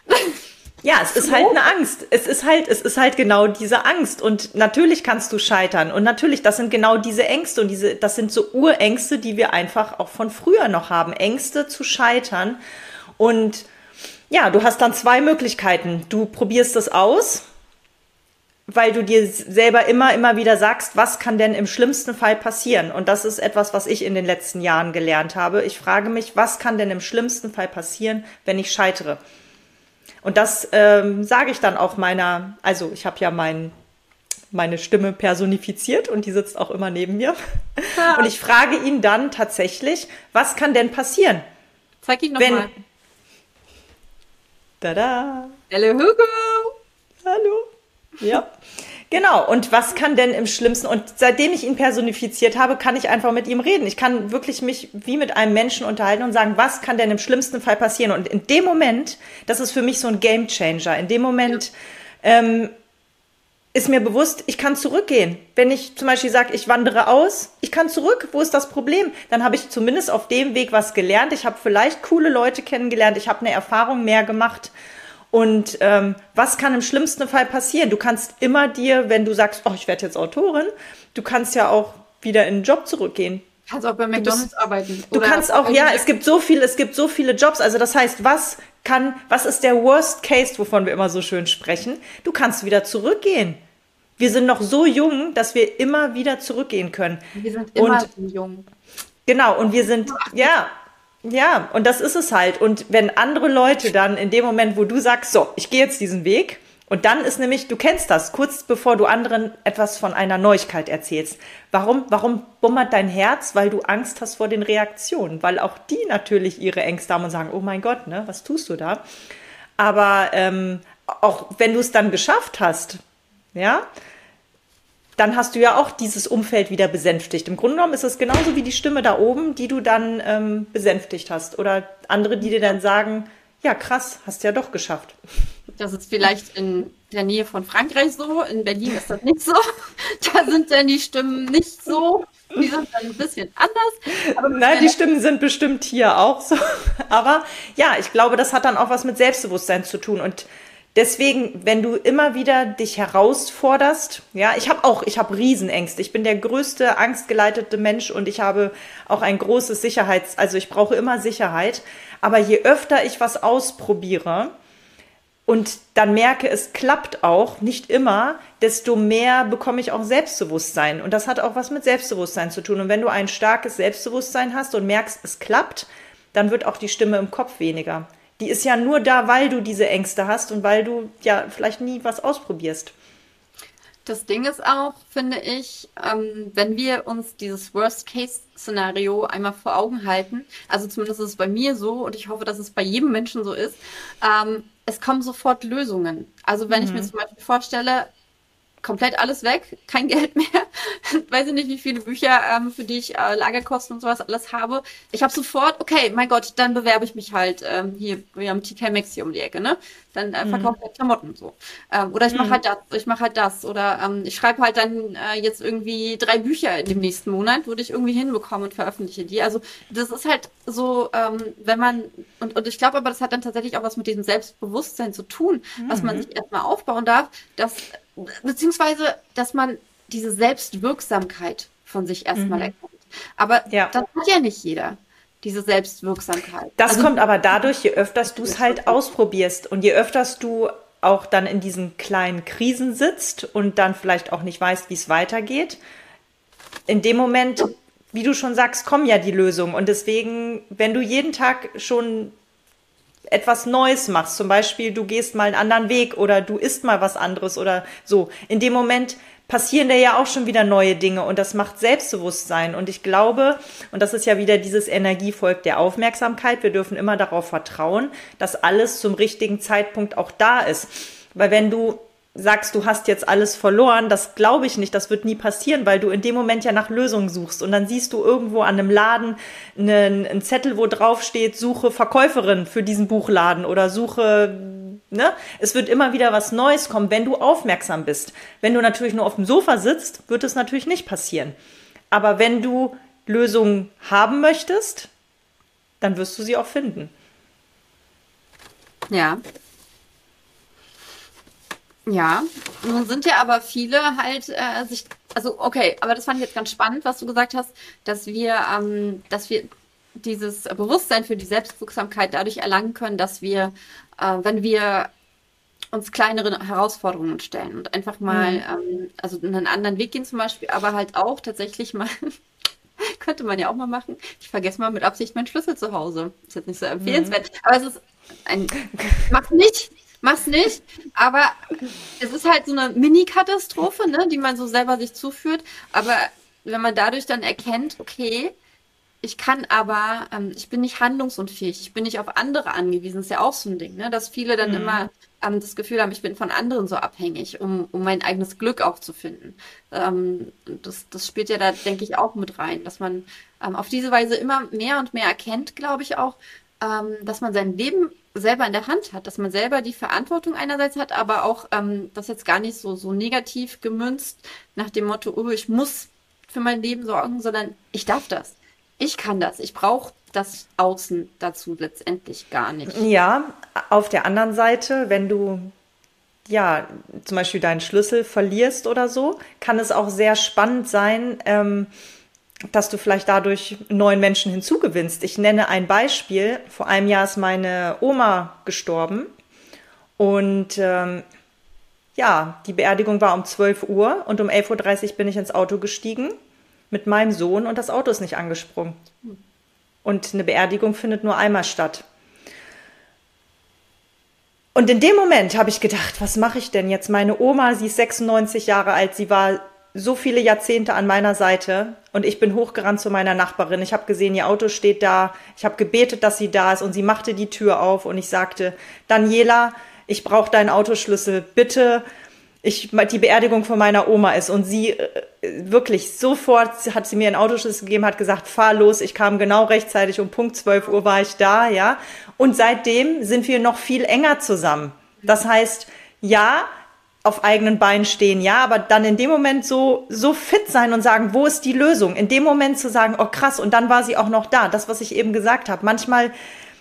Ja, es ist halt eine Angst. Es ist halt, es ist halt genau diese Angst. Und natürlich kannst du scheitern. Und natürlich, das sind genau diese Ängste. Und diese, das sind so Urängste, die wir einfach auch von früher noch haben. Ängste zu scheitern. Und ja, du hast dann zwei Möglichkeiten. Du probierst es aus, weil du dir selber immer, immer wieder sagst, was kann denn im schlimmsten Fall passieren? Und das ist etwas, was ich in den letzten Jahren gelernt habe. Ich frage mich, was kann denn im schlimmsten Fall passieren, wenn ich scheitere? Und das ähm, sage ich dann auch meiner, also ich habe ja mein, meine Stimme personifiziert und die sitzt auch immer neben mir. Und ich frage ihn dann tatsächlich, was kann denn passieren? Zeig ihn Wenn, nochmal. tada, Hello, Hugo! hallo. Ja, genau. Und was kann denn im Schlimmsten? Und seitdem ich ihn personifiziert habe, kann ich einfach mit ihm reden. Ich kann wirklich mich wie mit einem Menschen unterhalten und sagen, was kann denn im schlimmsten Fall passieren? Und in dem Moment, das ist für mich so ein Game Changer. In dem Moment ähm, ist mir bewusst, ich kann zurückgehen. Wenn ich zum Beispiel sage, ich wandere aus, ich kann zurück. Wo ist das Problem? Dann habe ich zumindest auf dem Weg was gelernt. Ich habe vielleicht coole Leute kennengelernt. Ich habe eine Erfahrung mehr gemacht. Und ähm, was kann im schlimmsten Fall passieren? Du kannst immer dir, wenn du sagst, oh, ich werde jetzt Autorin, du kannst ja auch wieder in den Job zurückgehen. Kannst auch bei McDonald's arbeiten. Du Oder kannst auch, ja, es gibt so viel, es gibt so viele Jobs. Also das heißt, was kann, was ist der Worst Case, wovon wir immer so schön sprechen? Du kannst wieder zurückgehen. Wir sind noch so jung, dass wir immer wieder zurückgehen können. Wir sind immer Und so jung. genau, und wir sind, ja, ja, und das ist es halt. Und wenn andere Leute dann in dem Moment, wo du sagst, so, ich gehe jetzt diesen Weg, und dann ist nämlich, du kennst das, kurz bevor du anderen etwas von einer Neuigkeit erzählst. Warum, warum bummert dein Herz? Weil du Angst hast vor den Reaktionen, weil auch die natürlich ihre Ängste haben und sagen, oh mein Gott, ne, was tust du da? Aber ähm, auch wenn du es dann geschafft hast, ja, dann hast du ja auch dieses Umfeld wieder besänftigt. Im Grunde genommen ist es genauso wie die Stimme da oben, die du dann ähm, besänftigt hast. Oder andere, die dir dann sagen, ja krass, hast ja doch geschafft. Das ist vielleicht in der Nähe von Frankreich so. In Berlin ist das nicht so. Da sind dann die Stimmen nicht so. Die sind dann ein bisschen anders. Aber Nein, die Stimmen sind bestimmt hier auch so. Aber ja, ich glaube, das hat dann auch was mit Selbstbewusstsein zu tun. Und deswegen, wenn du immer wieder dich herausforderst, ja, ich habe auch, ich habe Riesenängste. Ich bin der größte angstgeleitete Mensch und ich habe auch ein großes Sicherheits-, also ich brauche immer Sicherheit. Aber je öfter ich was ausprobiere und dann merke, es klappt auch, nicht immer, desto mehr bekomme ich auch Selbstbewusstsein. Und das hat auch was mit Selbstbewusstsein zu tun. Und wenn du ein starkes Selbstbewusstsein hast und merkst, es klappt, dann wird auch die Stimme im Kopf weniger. Die ist ja nur da, weil du diese Ängste hast und weil du ja vielleicht nie was ausprobierst. Das Ding ist auch, finde ich, ähm, wenn wir uns dieses Worst-Case-Szenario einmal vor Augen halten, also zumindest ist es bei mir so und ich hoffe, dass es bei jedem Menschen so ist, ähm, es kommen sofort Lösungen. Also wenn mhm. ich mir zum Beispiel vorstelle, komplett alles weg, kein Geld mehr, weiß ich nicht, wie viele Bücher, ähm, für die ich äh, Lagerkosten und sowas alles habe. Ich habe sofort, okay, mein Gott, dann bewerbe ich mich halt ähm, hier, wir haben T K Maxx hier um die Ecke, ne? Dann äh, verkaufe ich halt Klamotten so. Ähm, oder ich mache Mhm. halt das, ich mache halt das. Oder ähm, ich schreibe halt dann äh, jetzt irgendwie drei Bücher in dem nächsten Monat, würde ich irgendwie hinbekommen und veröffentliche die. Also das ist halt so, ähm, wenn man, und, und ich glaube aber, das hat dann tatsächlich auch was mit diesem Selbstbewusstsein zu tun, was man Mhm. sich erstmal aufbauen darf, dass, beziehungsweise, dass man diese Selbstwirksamkeit von sich erstmal Mhm. erkennt. Aber Ja. das hat ja nicht jeder, diese Selbstwirksamkeit. Das Also, kommt aber dadurch, je öfters du es halt ausprobierst und je öfters du auch dann in diesen kleinen Krisen sitzt und dann vielleicht auch nicht weißt, wie es weitergeht. In dem Moment, wie du schon sagst, kommen ja die Lösungen. Und deswegen, wenn du jeden Tag schon etwas Neues machst, zum Beispiel du gehst mal einen anderen Weg oder du isst mal was anderes oder so, in dem Moment passieren da ja auch schon wieder neue Dinge und das macht Selbstbewusstsein. Und ich glaube, und das ist ja wieder dieses Energievolk der Aufmerksamkeit, wir dürfen immer darauf vertrauen, dass alles zum richtigen Zeitpunkt auch da ist. Weil wenn du sagst, du hast jetzt alles verloren, das glaube ich nicht, das wird nie passieren, weil du in dem Moment ja nach Lösungen suchst und dann siehst du irgendwo an einem Laden einen, einen Zettel, wo drauf steht, suche Verkäuferin für diesen Buchladen oder suche, ne? Es wird immer wieder was Neues kommen, wenn du aufmerksam bist. Wenn du natürlich nur auf dem Sofa sitzt, wird es natürlich nicht passieren. Aber wenn du Lösungen haben möchtest, dann wirst du sie auch finden. ja. Ja, nun sind ja aber viele halt äh, sich, also okay, aber das fand ich jetzt ganz spannend, was du gesagt hast, dass wir, ähm, dass wir dieses Bewusstsein für die Selbstwirksamkeit dadurch erlangen können, dass wir, äh, wenn wir uns kleinere Herausforderungen stellen und einfach mal, Mhm. ähm, also einen anderen Weg gehen zum Beispiel, aber halt auch tatsächlich mal, könnte man ja auch mal machen, ich vergesse mal mit Absicht meinen Schlüssel zu Hause. Ist jetzt nicht so empfehlenswert, aber es ist ein, mach's nicht, mach's nicht, aber es ist halt so eine Mini-Katastrophe, ne, die man so selber sich zuführt, aber wenn man dadurch dann erkennt, okay, ich kann aber, ähm, ich bin nicht handlungsunfähig, ich bin nicht auf andere angewiesen, ist ja auch so ein Ding, ne? Dass viele dann Mhm. immer ähm, das Gefühl haben, ich bin von anderen so abhängig, um, um mein eigenes Glück auch zu finden. Ähm, das, das spielt ja da, denke ich, auch mit rein, dass man ähm, auf diese Weise immer mehr und mehr erkennt, glaube ich auch, ähm, dass man sein Leben selber in der Hand hat, dass man selber die Verantwortung einerseits hat, aber auch ähm, das jetzt gar nicht so, so negativ gemünzt nach dem Motto, oh, ich muss für mein Leben sorgen, sondern ich darf das. Ich kann das. Ich brauche das Außen dazu letztendlich gar nicht. Ja, auf der anderen Seite, wenn du ja zum Beispiel deinen Schlüssel verlierst oder so, kann es auch sehr spannend sein, ähm, dass du vielleicht dadurch neuen Menschen hinzugewinnst. Ich nenne ein Beispiel. Vor einem Jahr ist meine Oma gestorben und ähm, ja, die Beerdigung war um zwölf Uhr und um elf Uhr dreißig bin ich ins Auto gestiegen mit meinem Sohn und das Auto ist nicht angesprungen. Und eine Beerdigung findet nur einmal statt. Und in dem Moment habe ich gedacht, was mache ich denn jetzt? Meine Oma, sie ist sechsundneunzig Jahre alt, sie war so viele Jahrzehnte an meiner Seite und ich bin hochgerannt zu meiner Nachbarin. Ich habe gesehen, ihr Auto steht da. Ich habe gebetet, dass sie da ist und sie machte die Tür auf und ich sagte, Daniela, ich brauche deinen Autoschlüssel, bitte. Ich, die Beerdigung von meiner Oma ist und sie äh, wirklich sofort hat sie mir einen Autoschlüssel gegeben, hat gesagt, fahr los, ich kam genau rechtzeitig, um Punkt zwölf Uhr war ich da, ja. Und seitdem sind wir noch viel enger zusammen, Das heißt, ja, auf eigenen Beinen stehen, ja, aber dann in dem Moment so, so fit sein und sagen, wo ist die Lösung? In dem Moment zu sagen, oh krass, und dann war sie auch noch da. Das, was ich eben gesagt habe. Manchmal,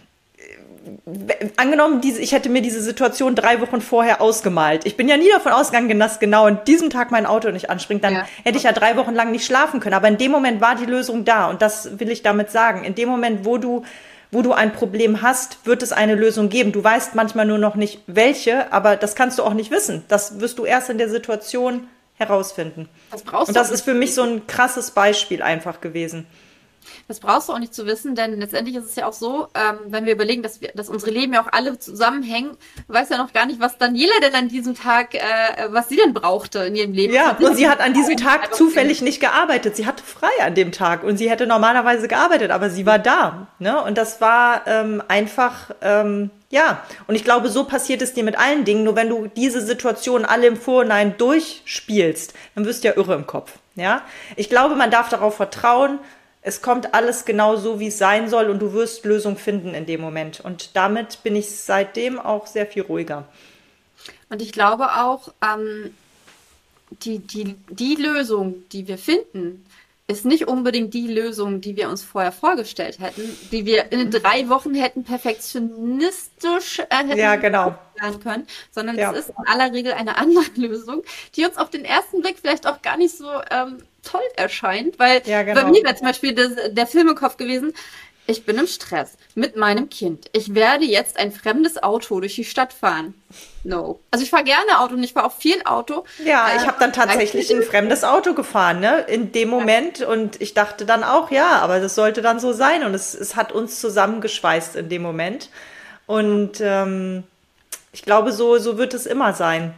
äh, angenommen, diese, ich hätte mir diese Situation drei Wochen vorher ausgemalt. Ich bin ja nie davon ausgegangen, dass genau an diesem Tag mein Auto nicht anspringt. Dann Ja. hätte ich ja drei Wochen lang nicht schlafen können. Aber in dem Moment war die Lösung da. Und das will ich damit sagen. In dem Moment, wo du wo du ein Problem hast, wird es eine Lösung geben. Du weißt manchmal nur noch nicht, welche, aber das kannst du auch nicht wissen. Das wirst du erst in der Situation herausfinden. Das brauchst Und du das auch ist für mich so ein krasses Beispiel einfach gewesen. Das brauchst du auch nicht zu wissen, denn letztendlich ist es ja auch so, ähm, wenn wir überlegen, dass wir, dass unsere Leben ja auch alle zusammenhängen, weiß ja noch gar nicht, was Daniela denn an diesem Tag, äh, was sie denn brauchte in ihrem Leben. Ja, Das und sie hat an diesem Tag einfach zufällig nicht gearbeitet. Sie hatte frei an dem Tag und sie hätte normalerweise gearbeitet, aber sie war da. Ne? Und das war ähm, einfach, ähm, ja. Und ich glaube, so passiert es dir mit allen Dingen. Nur wenn du diese Situation alle im Vorhinein durchspielst, dann wirst du ja irre im Kopf. Ja, ich glaube, man darf darauf vertrauen. Es kommt alles genau so, wie es sein soll und du wirst Lösung finden in dem Moment. Und damit bin ich seitdem auch sehr viel ruhiger. Und ich glaube auch, ähm, die, die, die Lösung, die wir finden, ist nicht unbedingt die Lösung, die wir uns vorher vorgestellt hätten, die wir in drei Wochen hätten perfektionistisch äh, hätten Ja, genau. planen können, sondern Ja. es ist in aller Regel eine andere Lösung, die uns auf den ersten Blick vielleicht auch gar nicht so ähm, toll erscheint, weil Ja, genau. bei mir wäre zum Beispiel das, der Film im Kopf gewesen, ich bin im Stress mit meinem Kind. Ich werde jetzt ein fremdes Auto durch die Stadt fahren. No. Also ich fahre gerne Auto und ich fahre auch viel Auto. Ja, Äh, ich habe dann tatsächlich ein fremdes Auto gefahren, ne? In dem Moment. Und ich dachte dann auch, ja, aber das sollte dann so sein. Und es, es hat uns zusammengeschweißt in dem Moment. Und ähm, ich glaube, so, so wird es immer sein.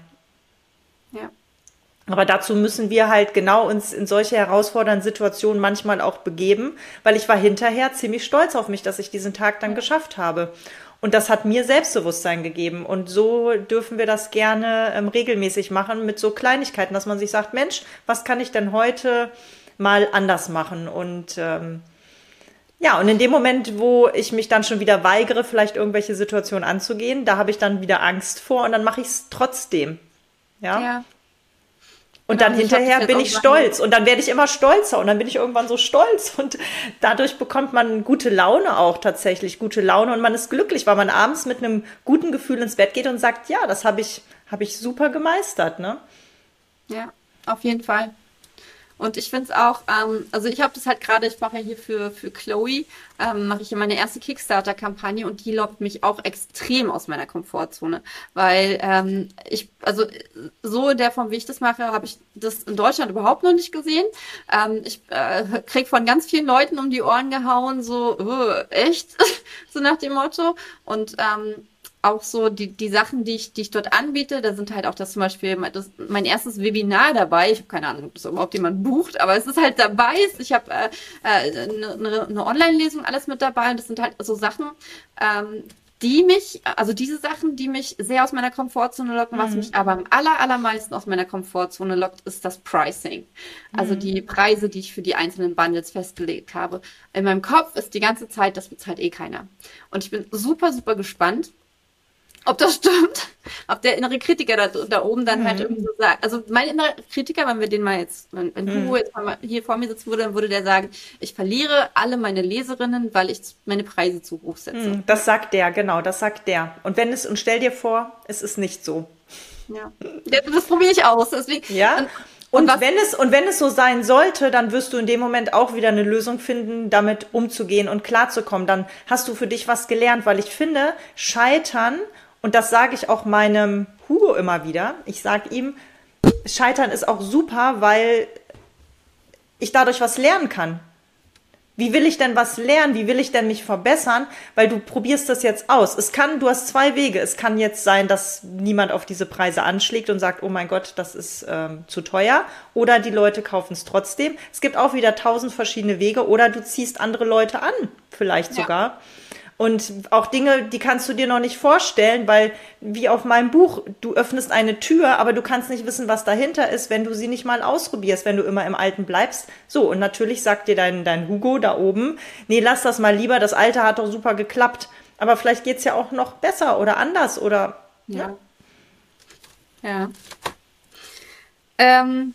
Ja. Aber dazu müssen wir halt genau uns in solche herausfordernden Situationen manchmal auch begeben, weil ich war hinterher ziemlich stolz auf mich, dass ich diesen Tag dann geschafft habe. Und das hat mir Selbstbewusstsein gegeben. Und so dürfen wir das gerne ähm, regelmäßig machen mit so Kleinigkeiten, dass man sich sagt, Mensch, was kann ich denn heute mal anders machen? Und ähm, ja, und in dem Moment, wo ich mich dann schon wieder weigere, vielleicht irgendwelche Situationen anzugehen, da habe ich dann wieder Angst vor und dann mache ich es trotzdem. Ja. Ja. Und Genau, dann also ich hab das hinterher jetzt bin auch ich sagen- stolz und dann werde ich immer stolzer und dann bin ich irgendwann so stolz und dadurch bekommt man gute Laune auch tatsächlich, gute Laune und man ist glücklich, weil man abends mit einem guten Gefühl ins Bett geht und sagt, ja, das habe ich, habe ich super gemeistert, ne? Ja, auf jeden Fall. Und ich finde es auch, ähm, also ich habe das halt gerade, ich mache ja hier für, für Chloe, ähm, mache ich ja meine erste Kickstarter-Kampagne und die lockt mich auch extrem aus meiner Komfortzone. Weil ähm, ich, also so in der Form, wie ich das mache, habe ich das in Deutschland überhaupt noch nicht gesehen. Ähm, ich äh, krieg von ganz vielen Leuten um die Ohren gehauen, so, "Äh, echt?" so nach dem Motto. Und ähm, auch so die, die Sachen, die ich, die ich dort anbiete, da sind halt auch das zum Beispiel mein, das, mein erstes Webinar dabei. Ich habe keine Ahnung, ob das überhaupt jemand bucht, aber es ist halt dabei. Ich habe äh, äh, eine, eine Online-Lesung alles mit dabei und das sind halt so Sachen, ähm, die mich, also diese Sachen, die mich sehr aus meiner Komfortzone locken. Was mich aber am aller, allermeisten aus meiner Komfortzone lockt, ist das Pricing. Also die Preise, die ich für die einzelnen Bundles festgelegt habe. In meinem Kopf ist die ganze Zeit, das bezahlt eh keiner. Und ich bin super, super gespannt, ob das stimmt, ob der innere Kritiker da, da oben dann halt irgendwie so sagt. Also mein innerer Kritiker, wenn wir den mal jetzt, wenn, wenn Hugo jetzt mal hier vor mir sitzen würde, dann würde der sagen, ich verliere alle meine Leserinnen, weil ich meine Preise zu hoch setze. Hm, Das sagt der, genau, das sagt der. Und wenn es, und stell dir vor, es ist nicht so. Ja. Das, das probiere ich aus. Deswegen, Ja. Und, Und, und was, wenn es, und wenn es so sein sollte, dann wirst du in dem Moment auch wieder eine Lösung finden, damit umzugehen und klarzukommen. Dann hast du für dich was gelernt, weil ich finde, Scheitern, und das sage ich auch meinem Hugo immer wieder, ich sage ihm, Scheitern ist auch super, weil ich dadurch was lernen kann. Wie will ich denn was lernen? Wie will ich denn mich verbessern? Weil du probierst das jetzt aus. Es kann, du hast zwei Wege. Es kann jetzt sein, dass niemand auf diese Preise anschlägt und sagt, oh mein Gott, das ist ähm, zu teuer. Oder die Leute kaufen es trotzdem. Es gibt auch wieder tausend verschiedene Wege. Oder du ziehst andere Leute an, vielleicht Ja. sogar. Und auch Dinge, die kannst du dir noch nicht vorstellen, weil wie auf meinem Buch, du öffnest eine Tür, aber du kannst nicht wissen, was dahinter ist, wenn du sie nicht mal ausprobierst, wenn du immer im Alten bleibst. So, und natürlich sagt dir dein, dein Hugo da oben, nee, lass das mal lieber, das Alte hat doch super geklappt. Aber vielleicht geht's ja auch noch besser oder anders oder ja. Ja. Ähm,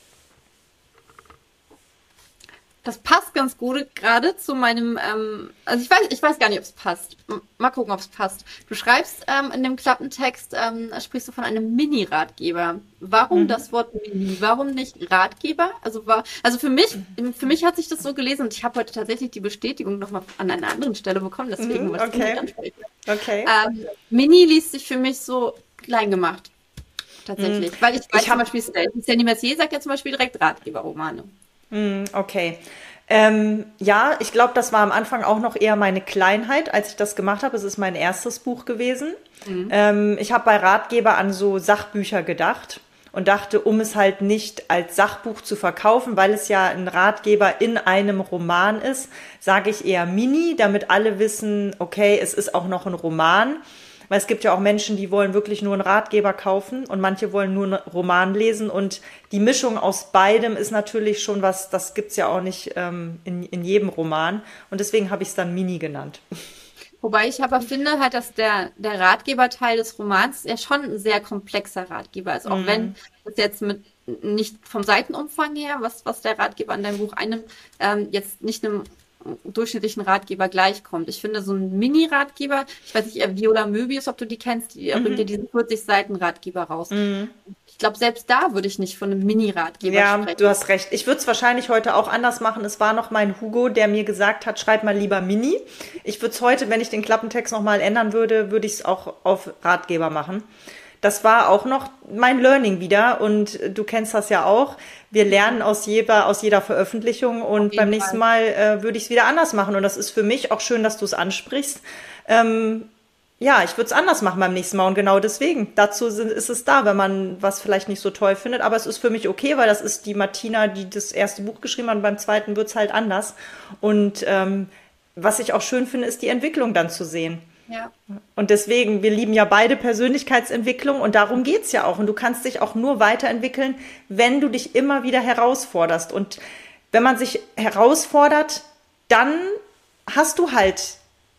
das passt ganz gut gerade zu meinem, ähm, also ich weiß, ich weiß gar nicht, ob es passt. M- Mal gucken, ob es passt. Du schreibst ähm, in dem Klappentext, ähm, sprichst du von einem Mini-Ratgeber. Warum Mhm. das Wort Mini? Warum nicht Ratgeber? Also war, also für mich, für mich hat sich das so gelesen und ich habe heute tatsächlich die Bestätigung nochmal an einer anderen Stelle bekommen, deswegen Mhm. was ich nicht Okay. anspreche. Okay. Ähm, Mini liest sich für mich so klein gemacht, Mhm. tatsächlich. Weil ich weiß Ich zum habe Beispiel, Stan- Sandy Messier sagt ja zum Beispiel direkt Ratgeberromane. Hm, okay. Ähm, ja, ich glaube, das war am Anfang auch noch eher meine Kleinheit, als ich das gemacht habe. Es ist mein erstes Buch gewesen. Mhm. Ähm, ich habe bei Ratgeber an so Sachbücher gedacht und dachte, um es halt nicht als Sachbuch zu verkaufen, weil es ja ein Ratgeber in einem Roman ist, sage ich eher Mini, damit alle wissen, okay, es ist auch noch ein Roman. Weil es gibt ja auch Menschen, die wollen wirklich nur einen Ratgeber kaufen und manche wollen nur einen Roman lesen. Und die Mischung aus beidem ist natürlich schon was, das gibt's ja auch nicht ähm, in, in jedem Roman. Und deswegen habe ich es dann Mini genannt. Wobei ich aber finde halt, dass der, der Ratgeberteil des Romans ja schon ein sehr komplexer Ratgeber ist. Auch wenn es jetzt mit nicht vom Seitenumfang her, was, was der Ratgeber an deinem Buch einnimmt, ähm, jetzt nicht einem durchschnittlichen Ratgeber gleichkommt. Ich finde so ein Mini-Ratgeber, ich weiß nicht, äh, Viola Möbius, ob du die kennst, die bringt ja diesen vierzig Seiten Ratgeber raus. Ich glaube, selbst da würde ich nicht von einem Mini-Ratgeber Ja, du sprechen. hast recht. Ich würde es wahrscheinlich heute auch anders machen. Es war noch mein Hugo, der mir gesagt hat, schreib mal lieber Mini. Ich würde es heute, wenn ich den Klappentext nochmal ändern würde, würde ich es auch auf Ratgeber machen. Das war auch noch mein Learning wieder und du kennst das ja auch. Wir lernen aus jeder, aus jeder Veröffentlichung Auf und beim jeden nächsten Fall. Mal äh, würde ich es wieder anders machen und das ist für mich auch schön, dass du es ansprichst. Ähm, ja, ich würde es anders machen beim nächsten Mal und genau deswegen. Dazu sind, ist es da, wenn man was vielleicht nicht so toll findet. Aber es ist für mich okay, weil das ist die Martina, die das erste Buch geschrieben hat und beim zweiten wird es halt anders. Und ähm, was ich auch schön finde, ist die Entwicklung dann zu sehen. Ja. Und deswegen, wir lieben ja beide Persönlichkeitsentwicklung und darum geht's ja auch. Und du kannst dich auch nur weiterentwickeln, wenn du dich immer wieder herausforderst. Und wenn man sich herausfordert, dann hast du halt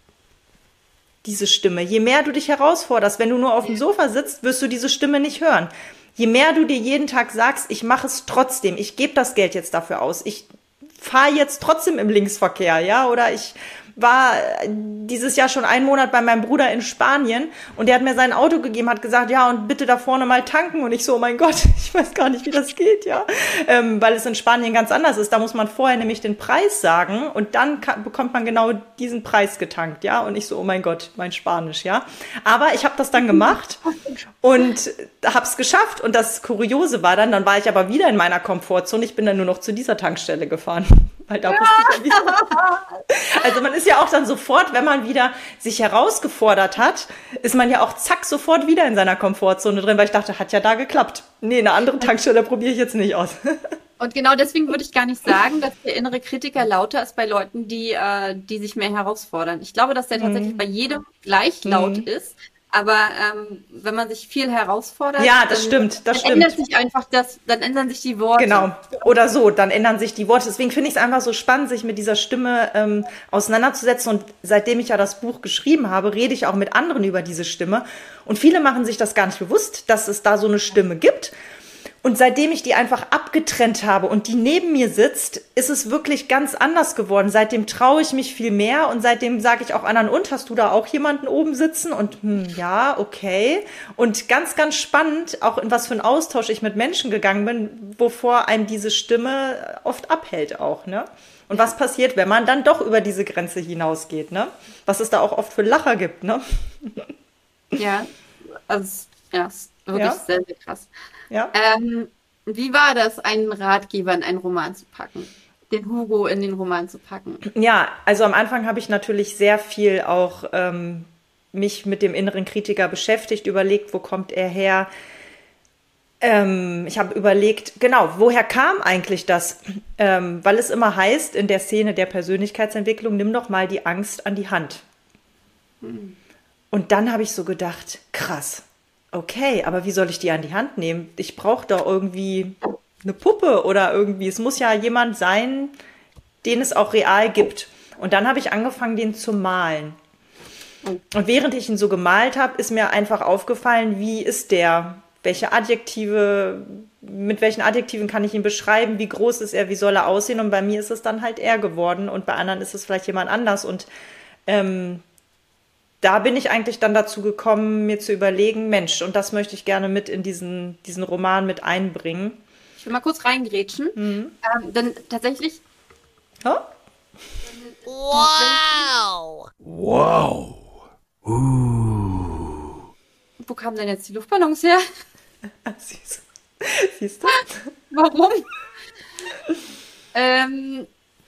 diese Stimme. Je mehr du dich herausforderst, wenn du nur auf dem Sofa sitzt, wirst du diese Stimme nicht hören. Je mehr du dir jeden Tag sagst, ich mache es trotzdem, ich gebe das Geld jetzt dafür aus, ich fahre jetzt trotzdem im Linksverkehr, ja, oder ich war dieses Jahr schon einen Monat bei meinem Bruder in Spanien und der hat mir sein Auto gegeben, hat gesagt, ja, und bitte da vorne mal tanken und ich so, oh mein Gott, ich weiß gar nicht, wie das geht, ja, ähm, weil es in Spanien ganz anders ist. Da muss man vorher nämlich den Preis sagen und dann kann, bekommt man genau diesen Preis getankt, ja, und ich so, oh mein Gott, mein Spanisch, ja. Aber ich habe das dann gemacht und habe es geschafft und das Kuriose war dann, dann war ich aber wieder in meiner Komfortzone, ich bin dann nur noch zu dieser Tankstelle gefahren. Weil da wusste ich ja wieder. Also man ist ja auch dann sofort, wenn man wieder sich herausgefordert hat, ist man ja auch zack sofort wieder in seiner Komfortzone drin, weil ich dachte, hat ja da geklappt. Nee, eine andere Tankstelle probiere ich jetzt nicht aus. Und genau deswegen würde ich gar nicht sagen, dass der innere Kritiker lauter ist bei Leuten, die, äh, die sich mehr herausfordern. Ich glaube, dass der tatsächlich bei jedem gleich laut ist. Aber ähm, wenn man sich viel herausfordert, Ja, das dann, stimmt, das dann ändert stimmt. sich einfach das, dann ändern sich die Worte. Genau. Oder so, dann ändern sich die Worte. Deswegen finde ich es einfach so spannend, sich mit dieser Stimme ähm, auseinanderzusetzen. Und seitdem ich ja das Buch geschrieben habe, rede ich auch mit anderen über diese Stimme. Und viele machen sich das gar nicht bewusst, dass es da so eine Stimme gibt. Und seitdem ich die einfach abgetrennt habe und die neben mir sitzt, ist es wirklich ganz anders geworden. Seitdem traue ich mich viel mehr und seitdem sage ich auch anderen, und hast du da auch jemanden oben sitzen? Und hm, ja, okay. Und ganz, ganz spannend, auch in was für einen Austausch ich mit Menschen gegangen bin, wovor einem diese Stimme oft abhält auch, ne? Und was passiert, wenn man dann doch über diese Grenze hinausgeht, ne? Was es da auch oft für Lacher gibt, ne? Ja, also es- ja, es ist wirklich Ja, sehr, sehr krass. ja. Ähm, wie war das, einen Ratgeber in einen Roman zu packen? Den Hugo in den Roman zu packen? Ja, also am Anfang habe ich natürlich sehr viel auch ähm, mich mit dem inneren Kritiker beschäftigt, überlegt, wo kommt er her? Ähm, ich habe überlegt, genau, woher kam eigentlich das? Ähm, weil es immer heißt in der Szene der Persönlichkeitsentwicklung, nimm doch mal die Angst an die Hand. Und dann habe ich so gedacht, krass, okay, aber wie soll ich die an die Hand nehmen? Ich brauche doch irgendwie eine Puppe oder irgendwie, es muss ja jemand sein, den es auch real gibt. Und dann habe ich angefangen, den zu malen. Und während ich ihn so gemalt habe, ist mir einfach aufgefallen, wie ist der welche Adjektive, mit welchen Adjektiven kann ich ihn beschreiben, wie groß ist er, wie soll er aussehen, und bei mir ist es dann halt er geworden und bei anderen ist es vielleicht jemand anders, und ähm, da bin ich eigentlich dann dazu gekommen, mir zu überlegen, Mensch, und das möchte ich gerne mit in diesen, diesen Roman mit einbringen. Ich will mal kurz reingrätschen. Mhm. Ähm, denn tatsächlich. Oh? Wow! Wow. Uh. Wo kamen denn jetzt die Luftballons her? Siehst, siehst du? Warum? ähm,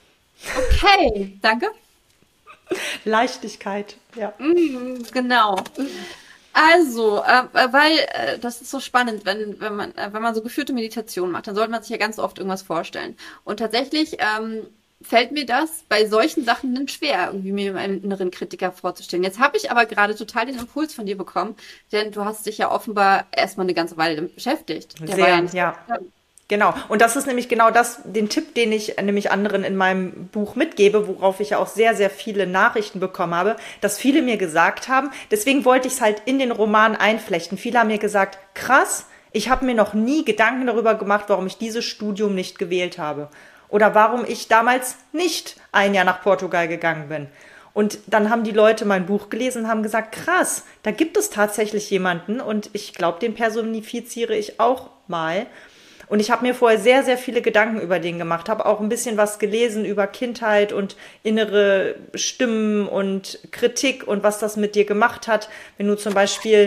okay, danke. Leichtigkeit, ja. Mm, genau. Also, äh, weil äh, das ist so spannend, wenn, wenn man, äh, wenn man so geführte Meditation macht, dann sollte man sich ja ganz oft irgendwas vorstellen. Und tatsächlich ähm, fällt mir das bei solchen Sachen dann schwer, irgendwie mir einen inneren Kritiker vorzustellen. Jetzt habe ich aber gerade total den Impuls von dir bekommen, denn du hast dich ja offenbar erstmal eine ganze Weile damit beschäftigt. Der war Sehr, nicht- ja. Genau. Und das ist nämlich genau das, den Tipp, den ich nämlich anderen in meinem Buch mitgebe, worauf ich ja auch sehr, sehr viele Nachrichten bekommen habe, dass viele mir gesagt haben, deswegen wollte ich es halt in den Roman einflechten. Viele haben mir gesagt, krass, ich habe mir noch nie Gedanken darüber gemacht, warum ich dieses Studium nicht gewählt habe. Oder warum ich damals nicht ein Jahr nach Portugal gegangen bin. Und dann haben die Leute mein Buch gelesen und haben gesagt, krass, da gibt es tatsächlich jemanden und ich glaube, den personifiziere ich auch mal. Und ich habe mir vorher sehr, sehr viele Gedanken über den gemacht, habe auch ein bisschen was gelesen über Kindheit und innere Stimmen und Kritik und was das mit dir gemacht hat. Wenn du zum Beispiel,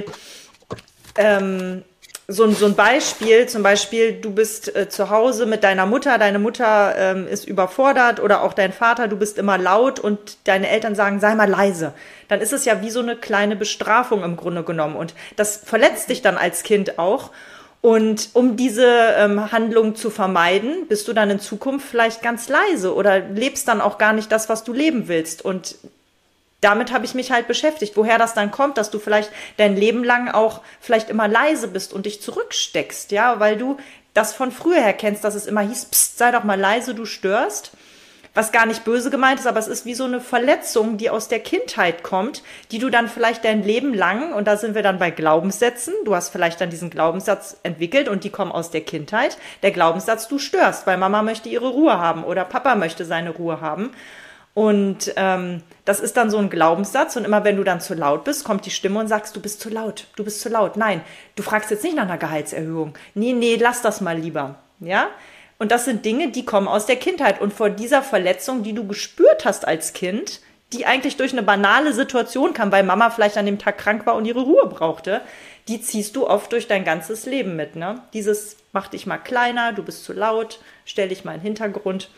ähm, so, ein- so ein Beispiel, zum Beispiel, du bist äh, zu Hause mit deiner Mutter, deine Mutter ähm, ist überfordert oder auch dein Vater, du bist immer laut und deine Eltern sagen, sei mal leise. Dann ist es ja wie so eine kleine Bestrafung im Grunde genommen und das verletzt dich dann als Kind auch. Und um diese ähm, Handlung zu vermeiden, bist du dann in Zukunft vielleicht ganz leise oder lebst dann auch gar nicht das, was du leben willst. Und damit habe ich mich halt beschäftigt, woher das dann kommt, dass du vielleicht dein Leben lang auch vielleicht immer leise bist und dich zurücksteckst, ja, weil du das von früher her kennst, dass es immer hieß, pst, sei doch mal leise, du störst. Was gar nicht böse gemeint ist, aber es ist wie so eine Verletzung, die aus der Kindheit kommt, die du dann vielleicht dein Leben lang, und da sind wir dann bei Glaubenssätzen, du hast vielleicht dann diesen Glaubenssatz entwickelt und die kommen aus der Kindheit, der Glaubenssatz, du störst, weil Mama möchte ihre Ruhe haben oder Papa möchte seine Ruhe haben. Und ähm, das ist dann so ein Glaubenssatz und immer wenn du dann zu laut bist, kommt die Stimme und sagst, du bist zu laut, du bist zu laut. Nein, du fragst jetzt nicht nach einer Gehaltserhöhung. Nee, nee, lass das mal lieber, ja? Und das sind Dinge, die kommen aus der Kindheit. Und vor dieser Verletzung, die du gespürt hast als Kind, die eigentlich durch eine banale Situation kam, weil Mama vielleicht an dem Tag krank war und ihre Ruhe brauchte, die ziehst du oft durch dein ganzes Leben mit. Ne? Dieses, mach dich mal kleiner, du bist zu laut, stell dich mal in den Hintergrund.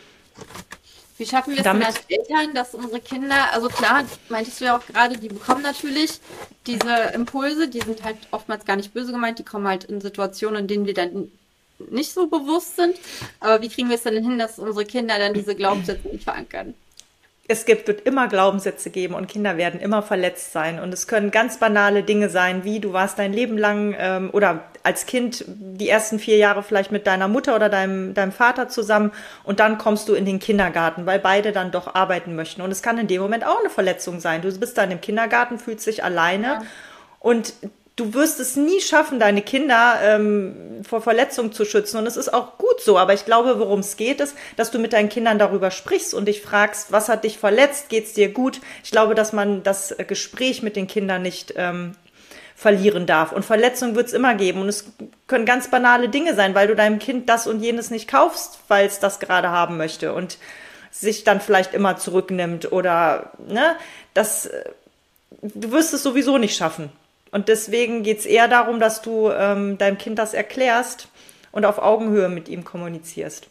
Wie schaffen wir es Damit- denn als Eltern, dass unsere Kinder, also klar, meintest du ja auch gerade, die bekommen natürlich diese Impulse, die sind halt oftmals gar nicht böse gemeint, die kommen halt in Situationen, in denen wir dann nicht so bewusst sind. Aber wie kriegen wir es denn hin, dass unsere Kinder dann diese Glaubenssätze nicht verankern? Es gibt, wird immer Glaubenssätze geben und Kinder werden immer verletzt sein. Und es können ganz banale Dinge sein, wie du warst dein Leben lang ähm, oder als Kind die ersten vier Jahre vielleicht mit deiner Mutter oder deinem, deinem Vater zusammen und dann kommst du in den Kindergarten, weil beide dann doch arbeiten möchten. Und es kann in dem Moment auch eine Verletzung sein. Du bist dann im Kindergarten, fühlst dich alleine Ja. und du wirst es nie schaffen, deine Kinder ähm, vor Verletzungen zu schützen. Und es ist auch gut so. Aber ich glaube, worum es geht, ist, dass du mit deinen Kindern darüber sprichst und dich fragst, was hat dich verletzt? Geht's dir gut? Ich glaube, dass man das Gespräch mit den Kindern nicht ähm, verlieren darf. Und Verletzungen wird es immer geben. Und es können ganz banale Dinge sein, weil du deinem Kind das und jenes nicht kaufst, weil es das gerade haben möchte. Und sich dann vielleicht immer zurücknimmt oder, ne, das, äh, du wirst es sowieso nicht schaffen. Und deswegen geht es eher darum, dass du ähm, deinem Kind das erklärst und auf Augenhöhe mit ihm kommunizierst.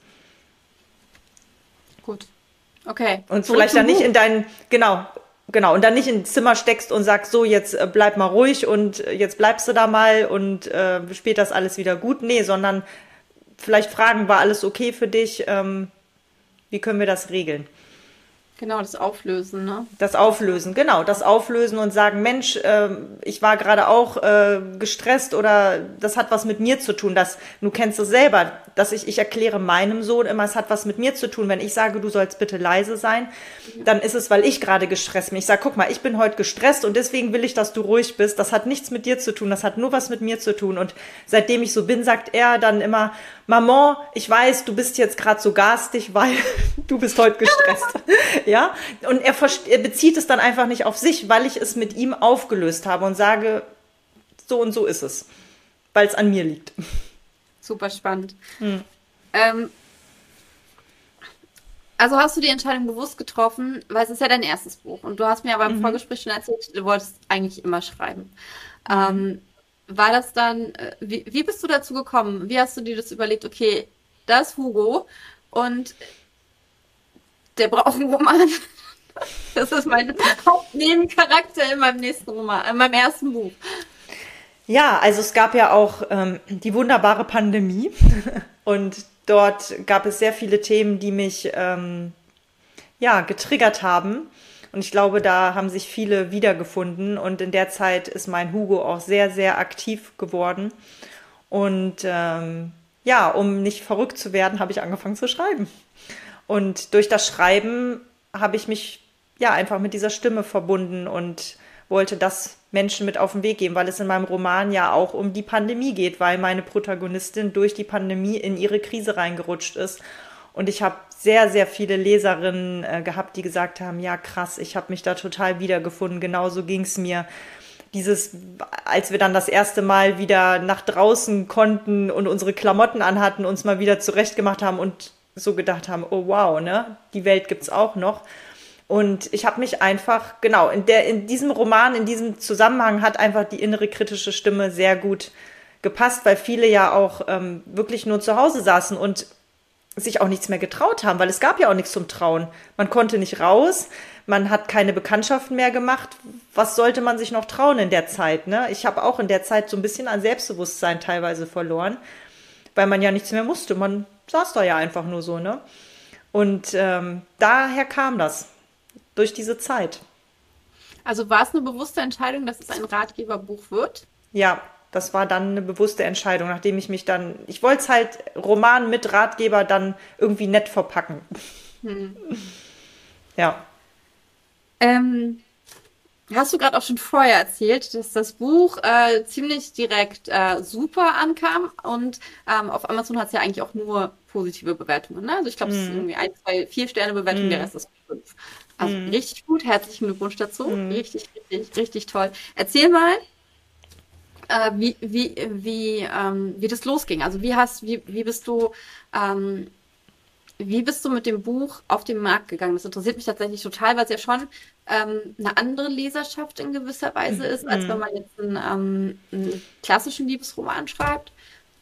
Gut. Okay. Und Zurück vielleicht zum dann nicht Buch. in dein, genau, genau, und dann nicht ins Zimmer steckst und sagst, so, jetzt äh, bleib mal ruhig und äh, jetzt bleibst du da mal und äh, später ist alles wieder gut. Nee, sondern vielleicht fragen, war alles okay für dich? Ähm, wie können wir das regeln? Genau, das Auflösen, ne? Das Auflösen, genau, das Auflösen und sagen, Mensch, ähm, ich war gerade auch äh, gestresst oder das hat was mit mir zu tun. Das, du kennst es selber, dass ich, ich erkläre meinem Sohn immer, es hat was mit mir zu tun. Wenn ich sage, du sollst bitte leise sein, dann ist es, weil ich gerade gestresst bin. Ich sage, guck mal, ich bin heute gestresst und deswegen will ich, dass du ruhig bist. Das hat nichts mit dir zu tun, das hat nur was mit mir zu tun. Und seitdem ich so bin, sagt er dann immer, Maman, ich weiß, du bist jetzt gerade so garstig, weil du bist heute gestresst. Ja, und er, er bezieht es dann einfach nicht auf sich, weil ich es mit ihm aufgelöst habe und sage, so und so ist es, weil es an mir liegt. Super spannend. Hm. Ähm, also hast du die Entscheidung bewusst getroffen, weil es ist ja dein erstes Buch und du hast mir aber im Mhm. Vorgespräch schon erzählt, du wolltest eigentlich immer schreiben. Ähm, war das dann, äh, wie, wie bist du dazu gekommen? Wie hast du dir das überlegt? Okay, da ist Hugo und der braucht einen Roman. Das ist mein Hauptnebencharakter in meinem nächsten Roman, in meinem ersten Buch. Ja, also es gab ja auch ähm, die wunderbare Pandemie und dort gab es sehr viele Themen, die mich ähm, ja, getriggert haben. Und ich glaube, da haben sich viele wiedergefunden. Und in der Zeit ist mein Hugo auch sehr, sehr aktiv geworden. Und ähm, ja, um nicht verrückt zu werden, habe ich angefangen zu schreiben. Und durch das Schreiben habe ich mich ja einfach mit dieser Stimme verbunden und wollte das Menschen mit auf den Weg geben, weil es in meinem Roman ja auch um die Pandemie geht, weil meine Protagonistin durch die Pandemie in ihre Krise reingerutscht ist. Und ich habe sehr, sehr viele Leserinnen äh, gehabt, die gesagt haben, ja krass, ich habe mich da total wiedergefunden, genauso ging es mir. Dieses, als wir dann das erste Mal wieder nach draußen konnten und unsere Klamotten anhatten, uns mal wieder zurechtgemacht haben und so gedacht haben, oh wow, ne, die Welt gibt's auch noch. Und ich habe mich einfach, genau, in, der, in diesem Roman, in diesem Zusammenhang hat einfach die innere kritische Stimme sehr gut gepasst, weil viele ja auch ähm, wirklich nur zu Hause saßen und sich auch nichts mehr getraut haben, weil es gab ja auch nichts zum Trauen. Man konnte nicht raus, man hat keine Bekanntschaften mehr gemacht. Was sollte man sich noch trauen in der Zeit? Ne? Ich habe auch in der Zeit so ein bisschen an Selbstbewusstsein teilweise verloren, weil man ja nichts mehr musste. Man saß da ja einfach nur so, ne? Und ähm, daher kam das. Durch diese Zeit. Also war es eine bewusste Entscheidung, dass es ein Ratgeberbuch wird? Ja, das war dann eine bewusste Entscheidung, nachdem ich mich dann, ich wollte es halt Roman mit Ratgeber dann irgendwie nett verpacken. Hm. Ja. Ähm, hast du gerade auch schon vorher erzählt, dass das Buch äh, ziemlich direkt äh, super ankam und ähm, auf Amazon hat es ja eigentlich auch nur positive Bewertungen. Ne? Also ich glaube, es ist irgendwie ein, zwei, vier Sterne Bewertung, der Rest ist fünf. Also richtig gut, herzlichen Glückwunsch dazu. Richtig, richtig, richtig toll. Erzähl mal, äh, wie, wie, wie, ähm, wie das losging. Also wie hast, wie, wie bist du, ähm, wie bist du mit dem Buch auf den Markt gegangen? Das interessiert mich tatsächlich total, weil es ja schon ähm, eine andere Leserschaft in gewisser Weise ist, als wenn man jetzt einen, ähm, einen klassischen Liebesroman schreibt.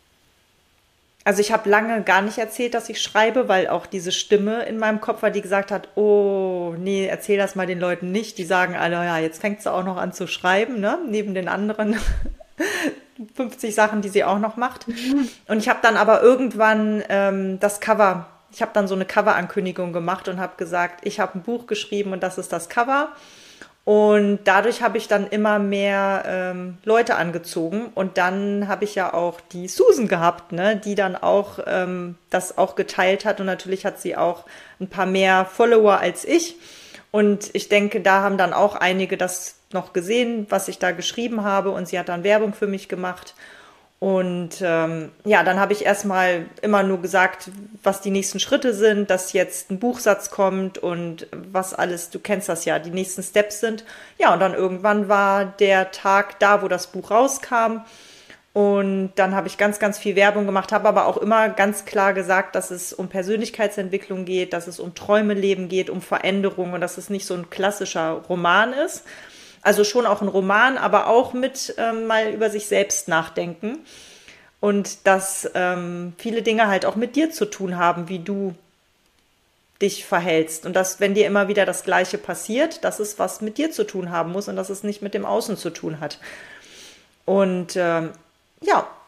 Also ich habe lange gar nicht erzählt, dass ich schreibe, weil auch diese Stimme in meinem Kopf war, die gesagt hat, oh, nee, erzähl das mal den Leuten nicht. Die sagen alle, ja, jetzt fängt sie auch noch an zu schreiben, ne? Neben den anderen fünfzig Sachen, die sie auch noch macht. Und ich habe dann aber irgendwann ähm, das Cover, ich habe dann so eine Cover-Ankündigung gemacht und habe gesagt, ich habe ein Buch geschrieben und das ist das Cover. Und dadurch habe ich dann immer mehr ähm, Leute angezogen. Und dann habe ich ja auch die Susan gehabt, ne, die dann auch ähm, das auch geteilt hat. Und natürlich hat sie auch ein paar mehr Follower als ich. Und ich denke, da haben dann auch einige das noch gesehen, was ich da geschrieben habe. Und sie hat dann Werbung für mich gemacht. Und ähm, ja, dann habe ich erstmal immer nur gesagt, was die nächsten Schritte sind, dass jetzt ein Buchsatz kommt und was alles, du kennst das ja, die nächsten Steps sind. Ja, und dann irgendwann war der Tag da, wo das Buch rauskam. Und dann habe ich ganz, ganz viel Werbung gemacht, habe aber auch immer ganz klar gesagt, dass es um Persönlichkeitsentwicklung geht, dass es um Träume leben geht, um Veränderung und dass es nicht so ein klassischer Roman ist. Also schon auch ein Roman, aber auch mit ähm, mal über sich selbst nachdenken. Und dass ähm, viele Dinge halt auch mit dir zu tun haben, wie du dich verhältst. Und dass, wenn dir immer wieder das Gleiche passiert, dass es was mit dir zu tun haben muss und dass es nicht mit dem Außen zu tun hat. Und ähm, ja,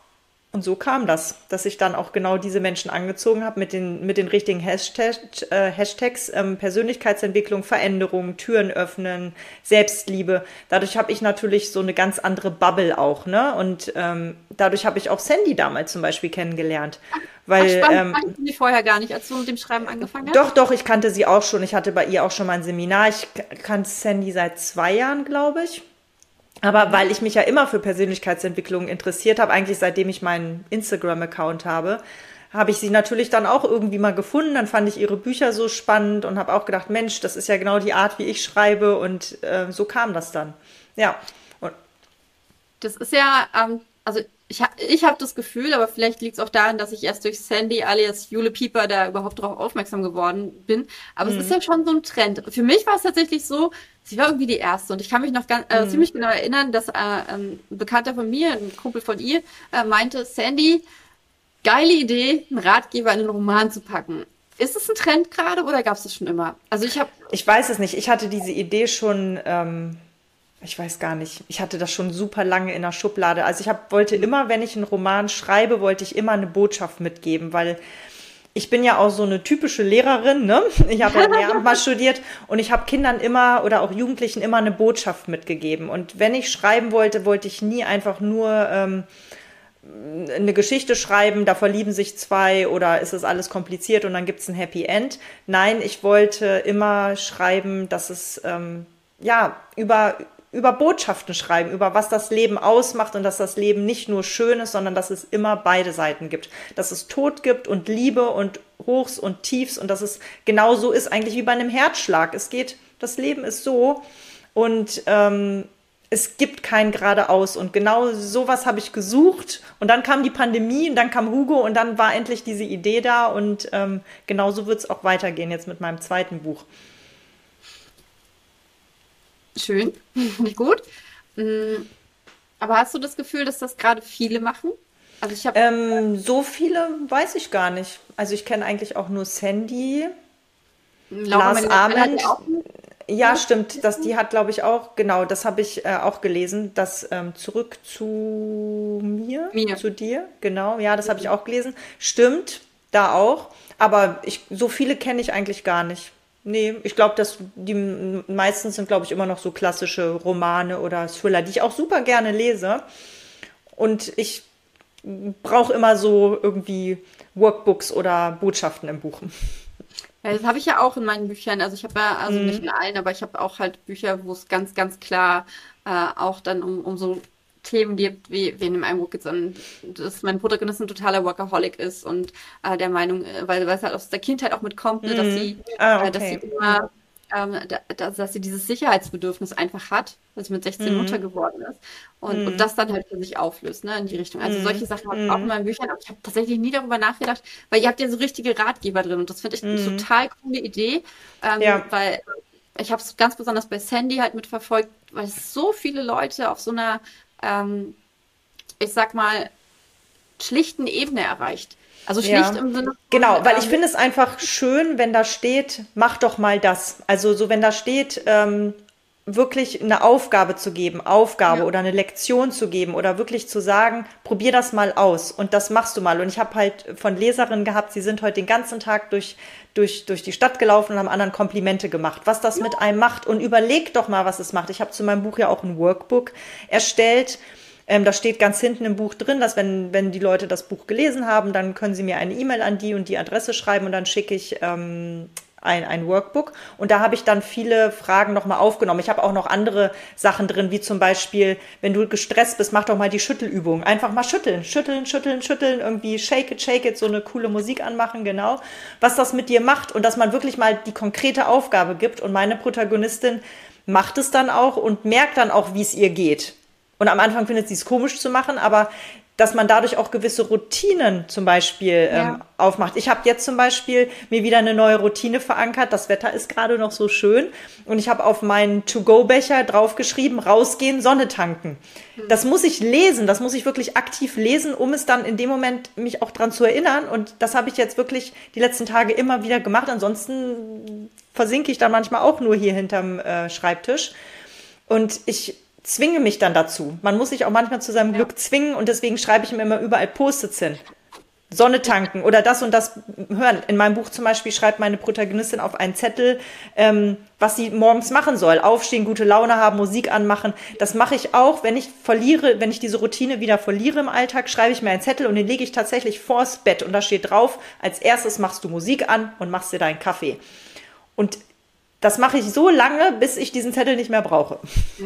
Und so kam das, dass ich dann auch genau diese Menschen angezogen habe mit den, mit den richtigen Hashtag, äh, Hashtags, ähm, Persönlichkeitsentwicklung, Veränderung, Türen öffnen, Selbstliebe. Dadurch habe ich natürlich so eine ganz andere Bubble auch, ne? Und ähm, dadurch habe ich auch Sandy damals zum Beispiel kennengelernt. Ach, Weil, spannend, ähm, kannte ich vorher gar nicht, als du mit dem Schreiben angefangen hast. doch, doch, ich kannte sie auch schon. Ich hatte bei ihr auch schon mal ein Seminar. Ich kannte Sandy seit zwei Jahren, glaube ich. Aber weil ich mich ja immer für Persönlichkeitsentwicklung interessiert habe, eigentlich seitdem ich meinen Instagram-Account habe, habe ich sie natürlich dann auch irgendwie mal gefunden. Dann fand ich ihre Bücher so spannend und habe auch gedacht, Mensch, das ist ja genau die Art, wie ich schreibe. Und äh, so kam das dann. Ja. Und, Das ist ja, ähm, also ich, ha ich habe das Gefühl, aber vielleicht liegt es auch daran, dass ich erst durch Sandy alias Jule Pieper da überhaupt darauf aufmerksam geworden bin. Aber es ist ja schon so ein Trend. Für mich war es tatsächlich so, sie war irgendwie die Erste. Und ich kann mich noch ganz, äh, ziemlich genau erinnern, dass äh, ähm, ein Bekannter von mir, ein Kumpel von ihr, äh, meinte, Sandy, geile Idee, einen Ratgeber in einen Roman zu packen. Ist es ein Trend gerade oder gab es das schon immer? Also ich habe, ich weiß es nicht. Ich hatte diese Idee schon, ähm, ich weiß gar nicht. Ich hatte das schon super lange in der Schublade. Also ich hab, wollte immer, wenn ich einen Roman schreibe, wollte ich immer eine Botschaft mitgeben, weil ich bin ja auch so eine typische Lehrerin, ne? Ich habe ja Lehramt mal studiert und ich habe Kindern immer oder auch Jugendlichen immer eine Botschaft mitgegeben. Und wenn ich schreiben wollte, wollte ich nie einfach nur ähm, eine Geschichte schreiben, da verlieben sich zwei oder ist es alles kompliziert und dann gibt es ein Happy End. Nein, ich wollte immer schreiben, dass es ähm, ja über über Botschaften schreiben, über was das Leben ausmacht und dass das Leben nicht nur schön ist, sondern dass es immer beide Seiten gibt. Dass es Tod gibt und Liebe und Hochs und Tiefs und dass es genau so ist, eigentlich wie bei einem Herzschlag. Es geht, das Leben ist so und ähm, es gibt kein geradeaus und genau sowas habe ich gesucht und dann kam die Pandemie und dann kam Hugo und dann war endlich diese Idee da und ähm, genauso wird es auch weitergehen jetzt mit meinem zweiten Buch. schön, finde ich gut. Mm, Aber hast du das Gefühl, dass das gerade viele machen? Also ich habe, Ähm, so viele weiß ich gar nicht. Also ich kenne eigentlich auch nur Sandy, Laura Lars Marlina Seiler hat ja Ament. auch ein Ja, Buch stimmt. Das, geschrieben. die hat, glaube ich, auch, genau, das habe ich äh, auch gelesen. Das ähm, Zurück zu mir, Mir. zu dir, genau. Ja, das habe ich auch gelesen. Stimmt, da auch. Aber ich, so viele kenne ich eigentlich gar nicht. Nee, ich glaube, dass die m- meisten sind, glaube ich, immer noch so klassische Romane oder Thriller, die ich auch super gerne lese. Und ich brauche immer so irgendwie Workbooks oder Botschaften im Buch. Ja, das habe ich ja auch in meinen Büchern. Also ich habe ja, also nicht in allen, aber ich habe auch halt Bücher, wo es ganz, ganz klar äh, auch dann um, um so Themen gibt, wie, wie in einem Buch geht es an, dass mein Protagonist ein totaler Workaholic ist und äh, der Meinung, äh, weil, weil es halt aus der Kindheit auch mitkommt, ne, dass sie, Ah, äh, dass sie okay. immer, ähm, da, dass, dass sie dieses Sicherheitsbedürfnis einfach hat, dass sie mit sechzehn Mutter geworden ist und, und das dann halt für sich auflöst, ne, in die Richtung. Also solche Sachen habe ich auch in meinen Büchern, aber ich habe tatsächlich nie darüber nachgedacht, weil ihr habt ja so richtige Ratgeber drin und das finde ich eine total coole Idee, ähm, Ja, weil ich habe es ganz besonders bei Sandy halt mitverfolgt, weil es so viele Leute auf so einer, ähm, ich sag mal, schlichten Ebene erreicht. Also schlicht ja. im Sinne von, Genau, weil ich ähm, finde es einfach schön, wenn da steht, mach doch mal das. Also so, wenn da steht, ähm, wirklich eine Aufgabe zu geben, Aufgabe ja, oder eine Lektion zu geben oder wirklich zu sagen, probier das mal aus und das machst du mal. Und ich habe halt von Leserinnen gehabt, sie sind heute den ganzen Tag durch, durch, durch die Stadt gelaufen und haben anderen Komplimente gemacht, was das mit einem macht. Und überleg doch mal, was es macht. Ich habe zu meinem Buch ja auch ein Workbook erstellt. Ähm, da steht ganz hinten im Buch drin, dass wenn, wenn die Leute das Buch gelesen haben, dann können sie mir eine E-Mail an die und die Adresse schreiben und dann schicke ich ähm, ein, ein Workbook. Und da habe ich dann viele Fragen nochmal aufgenommen. Ich habe auch noch andere Sachen drin, wie zum Beispiel, wenn du gestresst bist, mach doch mal die Schüttelübung. Einfach mal schütteln, schütteln, schütteln, schütteln, irgendwie shake it, shake it, so eine coole Musik anmachen, genau. Was das mit dir macht und dass man wirklich mal die konkrete Aufgabe gibt. Und meine Protagonistin macht es dann auch und merkt dann auch, wie es ihr geht. Und am Anfang findet sie es komisch zu machen, aber dass man dadurch auch gewisse Routinen zum Beispiel ähm, ja. aufmacht. Ich habe jetzt zum Beispiel mir wieder eine neue Routine verankert. Das Wetter ist gerade noch so schön. Und ich habe auf meinen To-Go-Becher draufgeschrieben, rausgehen, Sonne tanken. Das muss ich lesen, das muss ich wirklich aktiv lesen, um es dann in dem Moment mich auch dran zu erinnern. Und das habe ich jetzt wirklich die letzten Tage immer wieder gemacht. Ansonsten versinke ich dann manchmal auch nur hier hinterm äh, Schreibtisch. Und ich zwinge mich dann dazu. Man muss sich auch manchmal zu seinem Glück zwingen und deswegen schreibe ich mir immer überall Post-its hin. Sonne tanken oder das und das hören. In meinem Buch zum Beispiel schreibt meine Protagonistin auf einen Zettel, ähm, was sie morgens machen soll. Aufstehen, gute Laune haben, Musik anmachen. Das mache ich auch, wenn ich verliere, wenn ich diese Routine wieder verliere im Alltag, schreibe ich mir einen Zettel und den lege ich tatsächlich vors Bett und da steht drauf, als erstes machst du Musik an und machst dir deinen Kaffee. Und das mache ich so lange, bis ich diesen Zettel nicht mehr brauche.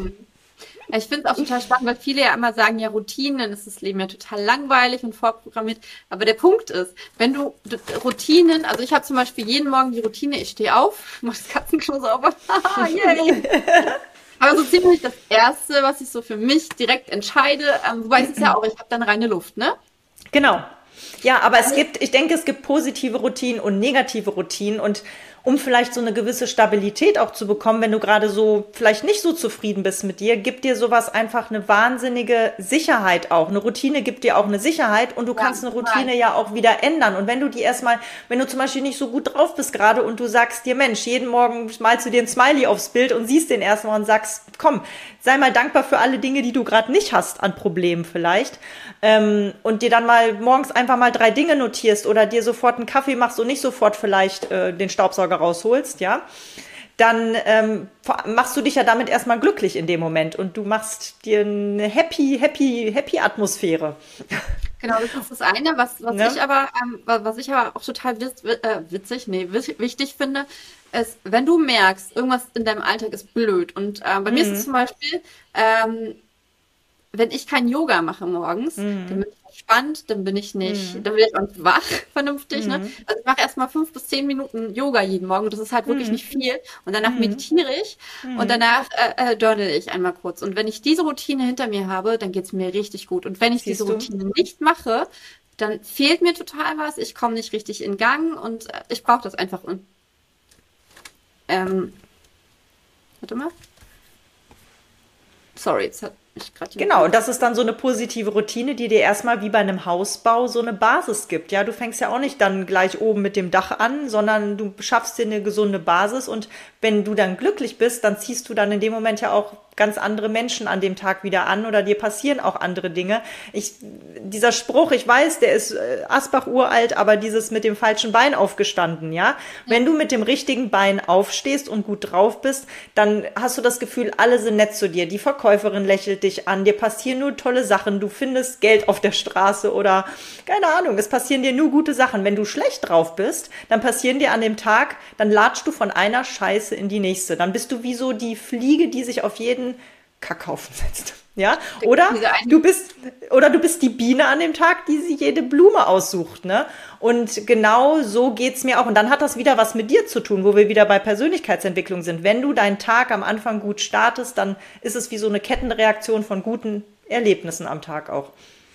Ich finde es auch total spannend, weil viele ja immer sagen, ja, Routinen, dann ist das Leben ja total langweilig und vorprogrammiert. Aber der Punkt ist, wenn du Routinen, also ich habe zum Beispiel jeden Morgen die Routine, ich stehe auf, mache das Katzenklo sauber, yay. Aber so ziemlich das Erste, was ich so für mich direkt entscheide, ähm, wobei es ist ja auch, ich habe dann reine Luft, ne? Genau. Ja, aber es gibt, ich denke, es gibt positive Routinen und negative Routinen und um vielleicht so eine gewisse Stabilität auch zu bekommen, wenn du gerade so vielleicht nicht so zufrieden bist mit dir, gibt dir sowas einfach eine wahnsinnige Sicherheit auch. Eine Routine gibt dir auch eine Sicherheit und du kannst eine Routine ja auch wieder ändern. Und wenn du die erstmal, wenn du zum Beispiel nicht so gut drauf bist gerade und du sagst dir, Mensch, jeden Morgen malst du dir ein Smiley aufs Bild und siehst den erstmal und sagst, komm, sei mal dankbar für alle Dinge, die du gerade nicht hast an Problemen vielleicht. Ähm, und dir dann mal morgens einfach mal drei Dinge notierst oder dir sofort einen Kaffee machst und nicht sofort vielleicht äh, den Staubsauger rausholst, ja, dann ähm, machst du dich ja damit erstmal glücklich in dem Moment und du machst dir eine happy, happy, happy Atmosphäre. Genau, das ist das eine, was, was Ne? ich aber, ähm, was ich aber auch total witz, äh, witzig, nee, wis- wichtig finde, ist, wenn du merkst, irgendwas in deinem Alltag ist blöd und äh, bei mir ist es zum Beispiel, ähm, wenn ich kein Yoga mache morgens, dann bin ich entspannt, dann bin ich nicht, dann bin ich auch nicht wach, vernünftig, ne? Also ich mache erstmal fünf bis zehn Minuten Yoga jeden Morgen und das ist halt wirklich nicht viel und danach meditiere ich und danach äh, äh, journal ich einmal kurz und wenn ich diese Routine hinter mir habe, dann geht's mir richtig gut und wenn ich Siehst diese du? Routine nicht mache, dann fehlt mir total was, ich komme nicht richtig in Gang und äh, ich brauche das einfach und ähm, warte mal. Sorry, jetzt hat mich gerade Genau, und das ist dann so eine positive Routine, die dir erstmal wie bei einem Hausbau so eine Basis gibt. Ja, du fängst ja auch nicht dann gleich oben mit dem Dach an, sondern du schaffst dir eine gesunde Basis und wenn du dann glücklich bist, dann ziehst du dann in dem Moment ja auch ganz andere Menschen an dem Tag wieder an oder dir passieren auch andere Dinge. Ich, dieser Spruch, ich weiß, der ist äh, Asbach uralt, aber dieses mit dem falschen Bein aufgestanden, ja? Wenn du mit dem richtigen Bein aufstehst und gut drauf bist, dann hast du das Gefühl, alle sind nett zu dir. Die Verkäuferin lächelt dich an, dir passieren nur tolle Sachen, du findest Geld auf der Straße oder keine Ahnung, es passieren dir nur gute Sachen. Wenn du schlecht drauf bist, dann passieren dir an dem Tag, dann latschst du von einer Scheiße in die nächste. Dann bist du wie so die Fliege, die sich auf jeden Kackhaufen setzt. Ja? Oder du bist, oder du bist die Biene an dem Tag, die sich jede Blume aussucht, ne? Und genau so geht's mir auch. Und dann hat das wieder was mit dir zu tun, wo wir wieder bei Persönlichkeitsentwicklung sind. Wenn du deinen Tag am Anfang gut startest, dann ist es wie so eine Kettenreaktion von guten Erlebnissen am Tag auch.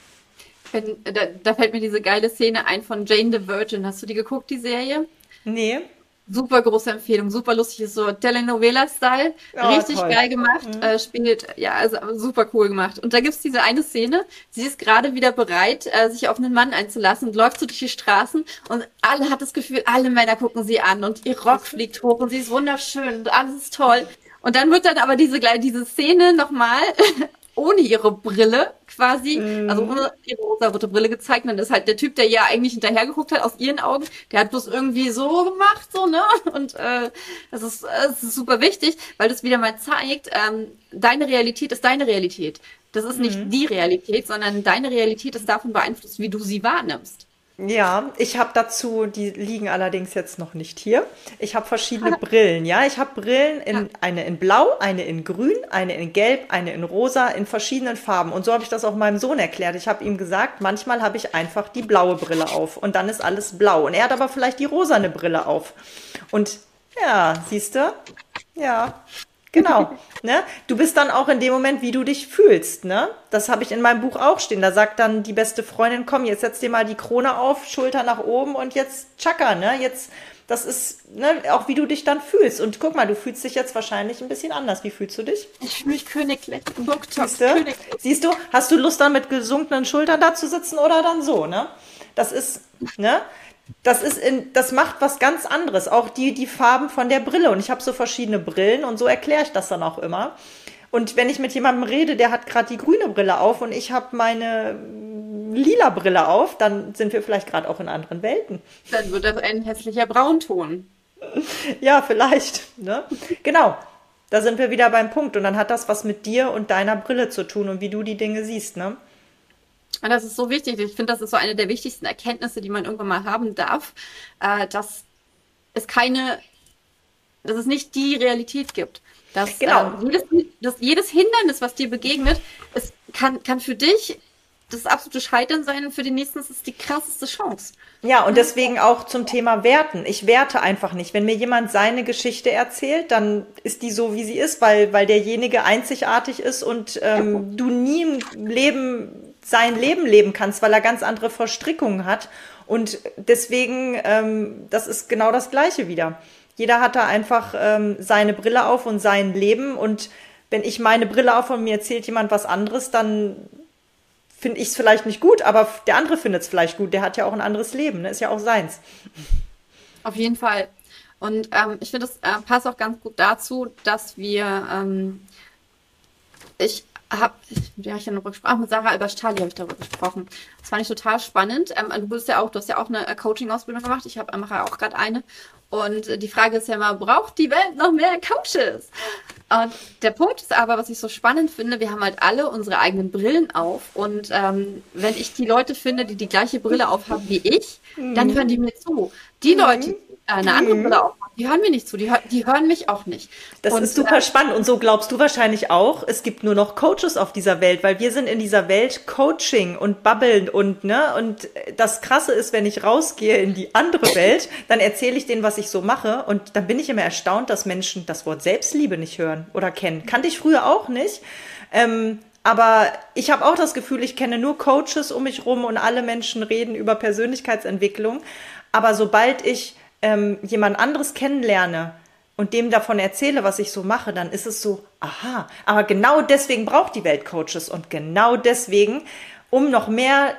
Wenn, da, da fällt mir diese geile Szene ein von Jane the Virgin. Hast du die geguckt, die Serie? Nee. Super große Empfehlung, super lustig, ist so Telenovela-Style, Oh, richtig toll. geil gemacht, äh, spielt, ja, also super cool gemacht. Und da gibt's diese eine Szene, sie ist gerade wieder bereit, äh, sich auf einen Mann einzulassen und läuft so durch die Straßen und alle hat das Gefühl, alle Männer gucken sie an und ihr Rock fliegt hoch und sie ist wunderschön und alles ist toll. Und dann wird dann aber diese, gleich- diese Szene nochmal ohne ihre Brille quasi, also ohne ihre rosarote Brille gezeigt. Und dann ist halt der Typ, der ja eigentlich hinterher geguckt hat, aus ihren Augen, der hat bloß irgendwie so gemacht, so, ne? Und äh, das ist, das ist super wichtig, weil das wieder mal zeigt, ähm, deine Realität ist deine Realität. Das ist nicht die Realität, sondern deine Realität ist davon beeinflusst, wie du sie wahrnimmst. Ja, ich habe dazu, die liegen allerdings jetzt noch nicht hier. Ich habe verschiedene Brillen, ja. Ich habe Brillen, in, Ja. eine in Blau, eine in Grün, eine in Gelb, eine in Rosa, in verschiedenen Farben. Und so habe ich das auch meinem Sohn erklärt. Ich habe ihm gesagt, manchmal habe ich einfach die blaue Brille auf und dann ist alles blau. Und er hat aber vielleicht die rosane Brille auf. Und ja, siehst du? Ja. Genau, ne? Du bist dann auch in dem Moment, wie du dich fühlst, ne? Das habe ich in meinem Buch auch stehen. Da sagt dann die beste Freundin, komm, jetzt setz dir mal die Krone auf, Schulter nach oben und jetzt tschakka, ne? Jetzt, das ist, ne, auch wie du dich dann fühlst. Und guck mal, du fühlst dich jetzt wahrscheinlich ein bisschen anders. Wie fühlst du dich? Ich fühle mich königlich. Booktalk, Siehst du? königlich. Siehst du, hast du Lust dann mit gesunkenen Schultern da zu sitzen oder dann so, ne? Das ist, ne? Das ist in, das macht was ganz anderes. Auch die, die Farben von der Brille. Und ich habe so verschiedene Brillen und so erkläre ich das dann auch immer. Und wenn ich mit jemandem rede, der hat gerade die grüne Brille auf und ich habe meine lila Brille auf, dann sind wir vielleicht gerade auch in anderen Welten. Dann wird das ein hässlicher Braunton. Ja, vielleicht. Ne? Genau, da sind wir wieder beim Punkt. Und dann hat das was mit dir und deiner Brille zu tun und wie du die Dinge siehst. Ne? Und das ist so wichtig. Ich finde, das ist so eine der wichtigsten Erkenntnisse, die man irgendwann mal haben darf, äh, dass es keine, dass es nicht die Realität gibt. Dass, Genau. ähm, jedes, dass jedes Hindernis, was dir begegnet, es kann, kann für dich das absolute Scheitern sein und für den nächsten ist es die krasseste Chance. Ja, und deswegen auch zum Thema Werten. Ich werte einfach nicht. Wenn mir jemand seine Geschichte erzählt, dann ist die so, wie sie ist, weil, weil derjenige einzigartig ist und ähm, du nie im Leben sein Leben leben kannst, weil er ganz andere Verstrickungen hat. Und deswegen, ähm, das ist genau das Gleiche wieder. Jeder hat da einfach ähm, seine Brille auf und sein Leben. Und wenn ich meine Brille auf und mir erzählt jemand was anderes, dann finde ich es vielleicht nicht gut, aber der andere findet es vielleicht gut. Der hat ja auch ein anderes Leben, ne? Ist ja auch seins. Auf jeden Fall. Und ähm, ich finde, das äh, passt auch ganz gut dazu, dass wir, ähm, ich habe, ja, ich habe eine Rücksprache mit Sarah Albers-Tali, habe ich darüber gesprochen. Das fand ich total spannend. Ähm, du bist ja auch, du hast ja auch eine äh, Coaching-Ausbildung gemacht. Ich habe mache ja auch gerade eine. Und äh, die Frage ist ja immer, braucht die Welt noch mehr Coaches? Und der Punkt ist aber, was ich so spannend finde, wir haben halt alle unsere eigenen Brillen auf. Und ähm, wenn ich die Leute finde, die die gleiche Brille aufhaben wie ich, dann hören die mir zu. Die Leute, die äh, eine andere Brille aufhaben, die hören mir nicht zu. Die, hör, die hören mich auch nicht. Das und, ist super äh, spannend. Und so glaubst du wahrscheinlich auch, es gibt nur noch Coaches auf dieser Welt, weil wir sind in dieser Welt Coaching und Babbeln und, ne, und das Krasse ist, wenn ich rausgehe in die andere Welt, dann erzähle ich denen, was ich so mache und dann bin ich immer erstaunt, dass Menschen das Wort Selbstliebe nicht hören oder kennen. Kannte ich früher auch nicht. Ähm, aber ich habe auch das Gefühl, ich kenne nur Coaches um mich rum und alle Menschen reden über Persönlichkeitsentwicklung. Aber sobald ich ähm, jemand anderes kennenlerne und dem davon erzähle, was ich so mache, dann ist es so, aha, aber genau deswegen braucht die Welt Coaches und genau deswegen, um noch mehr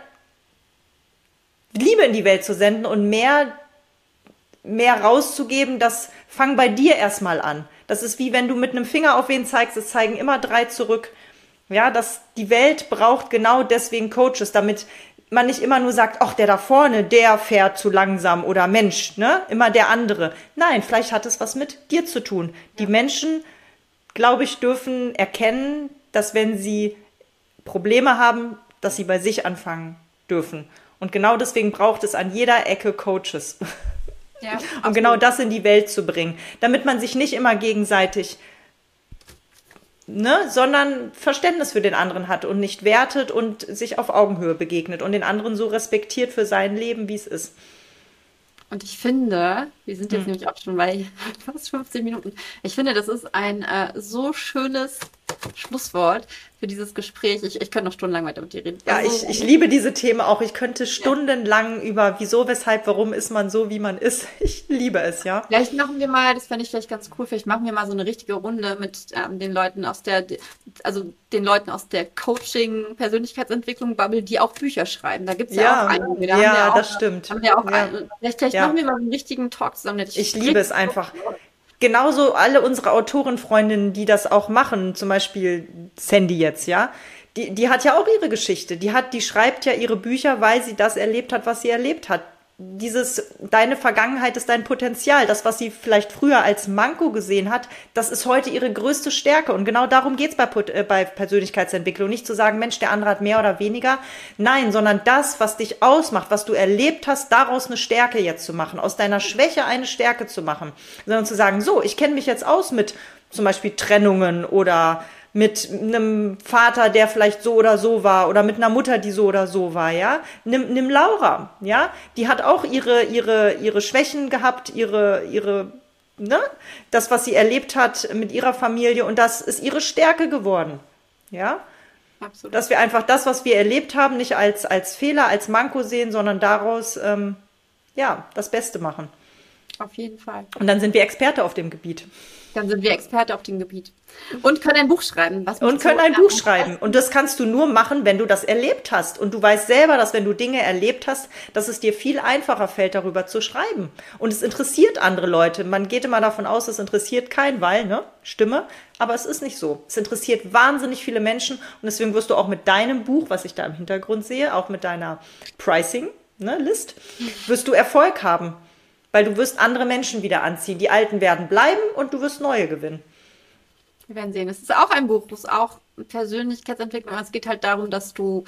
Liebe in die Welt zu senden und mehr, mehr rauszugeben, das fang bei dir erstmal an. Das ist wie wenn du mit einem Finger auf wen zeigst, es zeigen immer drei zurück. Ja, dass die Welt braucht genau deswegen Coaches, damit man nicht immer nur sagt, ach, der da vorne, der fährt zu langsam oder Mensch, ne? Immer der andere. Nein, vielleicht hat es was mit dir zu tun. Die Menschen, glaube ich, dürfen erkennen, dass wenn sie Probleme haben, dass sie bei sich anfangen dürfen. Und genau deswegen braucht es an jeder Ecke Coaches. Ja, um genau das in die Welt zu bringen. Damit man sich nicht immer gegenseitig Ne, sondern Verständnis für den anderen hat und nicht wertet und sich auf Augenhöhe begegnet und den anderen so respektiert für sein Leben, wie es ist. Und ich finde, wir sind jetzt Hm. nämlich auch schon bei fast fünfzehn Minuten. Ich finde, das ist ein äh, so schönes Schlusswort für dieses Gespräch. Ich, ich könnte noch stundenlang weiter mit dir reden. Ja, Also, ich, ich liebe diese Themen auch. Ich könnte stundenlang über wieso, weshalb, warum ist man so, wie man ist. Ich liebe es, ja. Vielleicht machen wir mal, das fände ich vielleicht ganz cool, vielleicht machen wir mal so eine richtige Runde mit ähm, den Leuten aus der, also den Leuten aus der Coaching, Persönlichkeitsentwicklung Bubble, die auch Bücher schreiben. Da gibt es ja, Ja, auch einige. Da ja, haben wir auch, das stimmt. Haben wir auch Ja. einen. Vielleicht, vielleicht Ja. machen wir mal einen richtigen Talk zusammen. Ich liebe es einfach. Genauso alle unsere Autorenfreundinnen, die das auch machen, zum Beispiel Sandy jetzt, ja, die, die hat ja auch ihre Geschichte. Die hat, die schreibt ja ihre Bücher, weil sie das erlebt hat, was sie erlebt hat. Dieses, deine Vergangenheit ist dein Potenzial. Das, was sie vielleicht früher als Manko gesehen hat, das ist heute ihre größte Stärke. Und genau darum geht's bei, Pot- äh, bei Persönlichkeitsentwicklung. Nicht zu sagen, Mensch, der andere hat mehr oder weniger. Nein, sondern das, was dich ausmacht, was du erlebt hast, daraus eine Stärke jetzt zu machen. Aus deiner Schwäche eine Stärke zu machen. Sondern zu sagen, so, ich kenne mich jetzt aus mit zum Beispiel Trennungen oder mit einem Vater, der vielleicht so oder so war oder mit einer Mutter, die so oder so war, ja. Nimm, nimm Laura, ja. Die hat auch ihre, ihre, ihre Schwächen gehabt, ihre, ihre, ne, das, was sie erlebt hat mit ihrer Familie und das ist ihre Stärke geworden, ja. Absolut. Dass wir einfach das, was wir erlebt haben, nicht als, als Fehler, als Manko sehen, sondern daraus, ähm, ja, das Beste machen. Auf jeden Fall. Und dann sind wir Experte auf dem Gebiet. Dann sind wir Experte auf dem Gebiet. Und können ein Buch schreiben. Was mich Und können so ein Buch am schreiben. Und das kannst du nur machen, wenn du das erlebt hast. Und du weißt selber, dass wenn du Dinge erlebt hast, dass es dir viel einfacher fällt, darüber zu schreiben. Und es interessiert andere Leute. Man geht immer davon aus, es interessiert keinen, weil, ne, Stimme. Aber es ist nicht so. Es interessiert wahnsinnig viele Menschen. Und deswegen wirst du auch mit deinem Buch, was ich da im Hintergrund sehe, auch mit deiner Pricing, ne, List, wirst du Erfolg haben. Weil du wirst andere Menschen wieder anziehen. Die Alten werden bleiben und du wirst neue gewinnen. Wir werden sehen. Es ist auch ein Buch, wo es auch Persönlichkeitsentwicklung, aber es geht halt darum, dass du,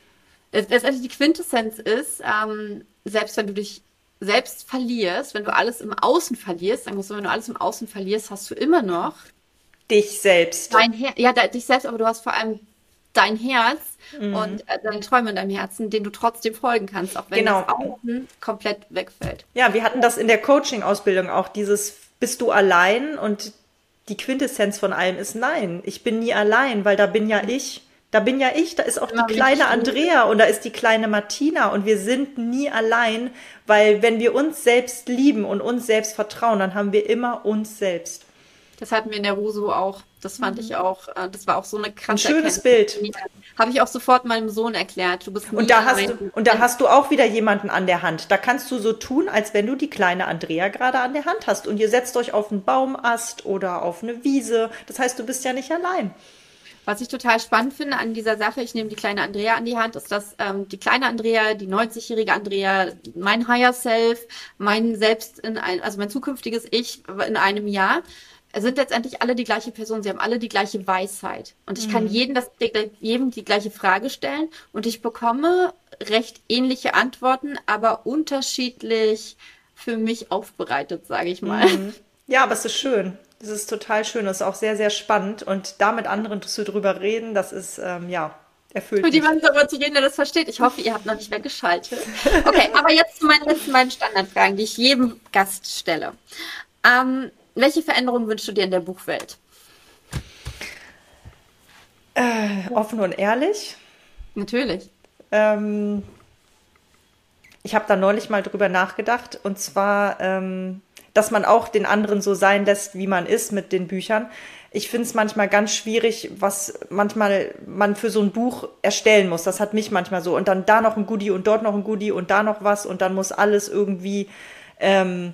es- letztendlich die Quintessenz ist, ähm, selbst wenn du dich selbst verlierst, wenn du alles im Außen verlierst, sagen wir so, wenn du alles im Außen verlierst, hast du immer noch Dich selbst. dein Herz, ja, de- dich selbst, aber du hast vor allem dein Herz und äh, deine Träume in deinem Herzen, denen du trotzdem folgen kannst, auch wenn Genau. das Außen komplett wegfällt. Ja, wir hatten das in der Coaching-Ausbildung auch, dieses bist du allein und die Quintessenz von allem ist nein, ich bin nie allein, weil da bin ja ich. Da bin ja ich, da ist auch Immer die wieder kleine schön. Andrea und da ist die kleine Martina und wir sind nie allein, weil wenn wir uns selbst lieben und uns selbst vertrauen, dann haben wir immer uns selbst. Das hatten wir in der Ruso auch. Das fand ich auch, äh, das war auch so eine krasse Ein schönes Erkenntnis. Bild. Habe ich auch sofort meinem Sohn erklärt. Du bist nie Und da hast allein. du, und da hast du auch wieder jemanden an der Hand. Da kannst du so tun, als wenn du die kleine Andrea gerade an der Hand hast. Und ihr setzt euch auf einen Baumast oder auf eine Wiese. Das heißt, du bist ja nicht allein. Was ich total spannend finde an dieser Sache, ich nehme die kleine Andrea an die Hand, ist, dass ähm, die kleine Andrea, die neunzigjährige Andrea, mein Higher Self, mein Selbst in ein, also mein zukünftiges Ich in einem Jahr, sind letztendlich alle die gleiche Person. Sie haben alle die gleiche Weisheit. Und ich kann jedem, das, jedem die gleiche Frage stellen und ich bekomme recht ähnliche Antworten, aber unterschiedlich für mich aufbereitet, sage ich mal. Ja, aber es ist schön. Es ist total schön. Es ist auch sehr, sehr spannend. Und da mit anderen zu drüber reden, das ist, ähm, ja, erfüllt Mit mich. jemandem darüber zu reden, der das versteht. Ich hoffe, ihr habt noch nicht weggeschaltet. Okay, aber jetzt zu meinen letzten beiden Standardfragen, die ich jedem Gast stelle. Ähm, welche Veränderungen wünschst du dir in der Buchwelt? Offen und ehrlich. Natürlich. Ähm, ich habe da neulich mal drüber nachgedacht. Und zwar, ähm, dass man auch den anderen so sein lässt, wie man ist mit den Büchern. Ich finde es manchmal ganz schwierig, was manchmal man für so ein Buch erstellen muss. Das hat mich manchmal so. Und dann da noch ein Goodie und dort noch ein Goodie und da noch was. Und dann muss alles irgendwie, ähm,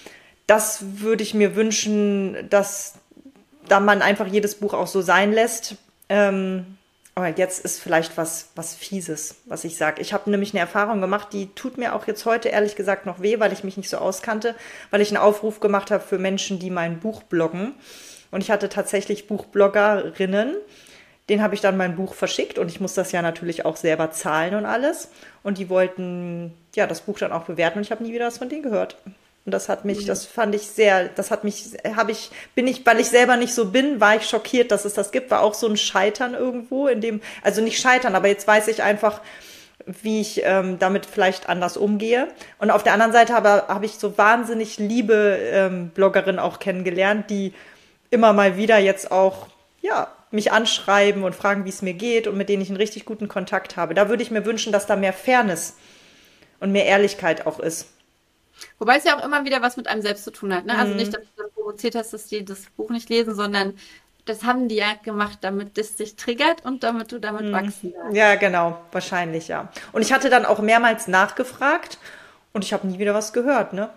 das würde ich mir wünschen, dass da man einfach jedes Buch auch so sein lässt. Ähm, aber jetzt ist vielleicht was, was Fieses, was ich sage. Ich habe nämlich eine Erfahrung gemacht, die tut mir auch jetzt heute ehrlich gesagt noch weh, weil ich mich nicht so auskannte, weil ich einen Aufruf gemacht habe für Menschen, die mein Buch bloggen. Und ich hatte tatsächlich Buchbloggerinnen, denen habe ich dann mein Buch verschickt und ich muss das ja natürlich auch selber zahlen und alles. Und die wollten ja das Buch dann auch bewerten und ich habe nie wieder was von denen gehört. Und das hat mich, das fand ich sehr, das hat mich, habe ich, bin ich, weil ich selber nicht so bin, war ich schockiert, dass es das gibt, war auch so ein Scheitern irgendwo, in dem, also nicht Scheitern, aber jetzt weiß ich einfach, wie ich ähm, damit vielleicht anders umgehe. Und auf der anderen Seite habe, habe ich so wahnsinnig liebe ähm, Bloggerinnen auch kennengelernt, die immer mal wieder jetzt auch, ja, mich anschreiben und fragen, wie es mir geht und mit denen ich einen richtig guten Kontakt habe. Da würde ich mir wünschen, dass da mehr Fairness und mehr Ehrlichkeit auch ist. Wobei es ja auch immer wieder was mit einem selbst zu tun hat. Ne? Also nicht, dass du dann provoziert hast, dass die das Buch nicht lesen, sondern das haben die ja gemacht, damit es dich triggert und damit du damit wachsen darfst. Ja, genau, wahrscheinlich, ja. Und ich hatte dann auch mehrmals nachgefragt und ich habe nie wieder was gehört, ne?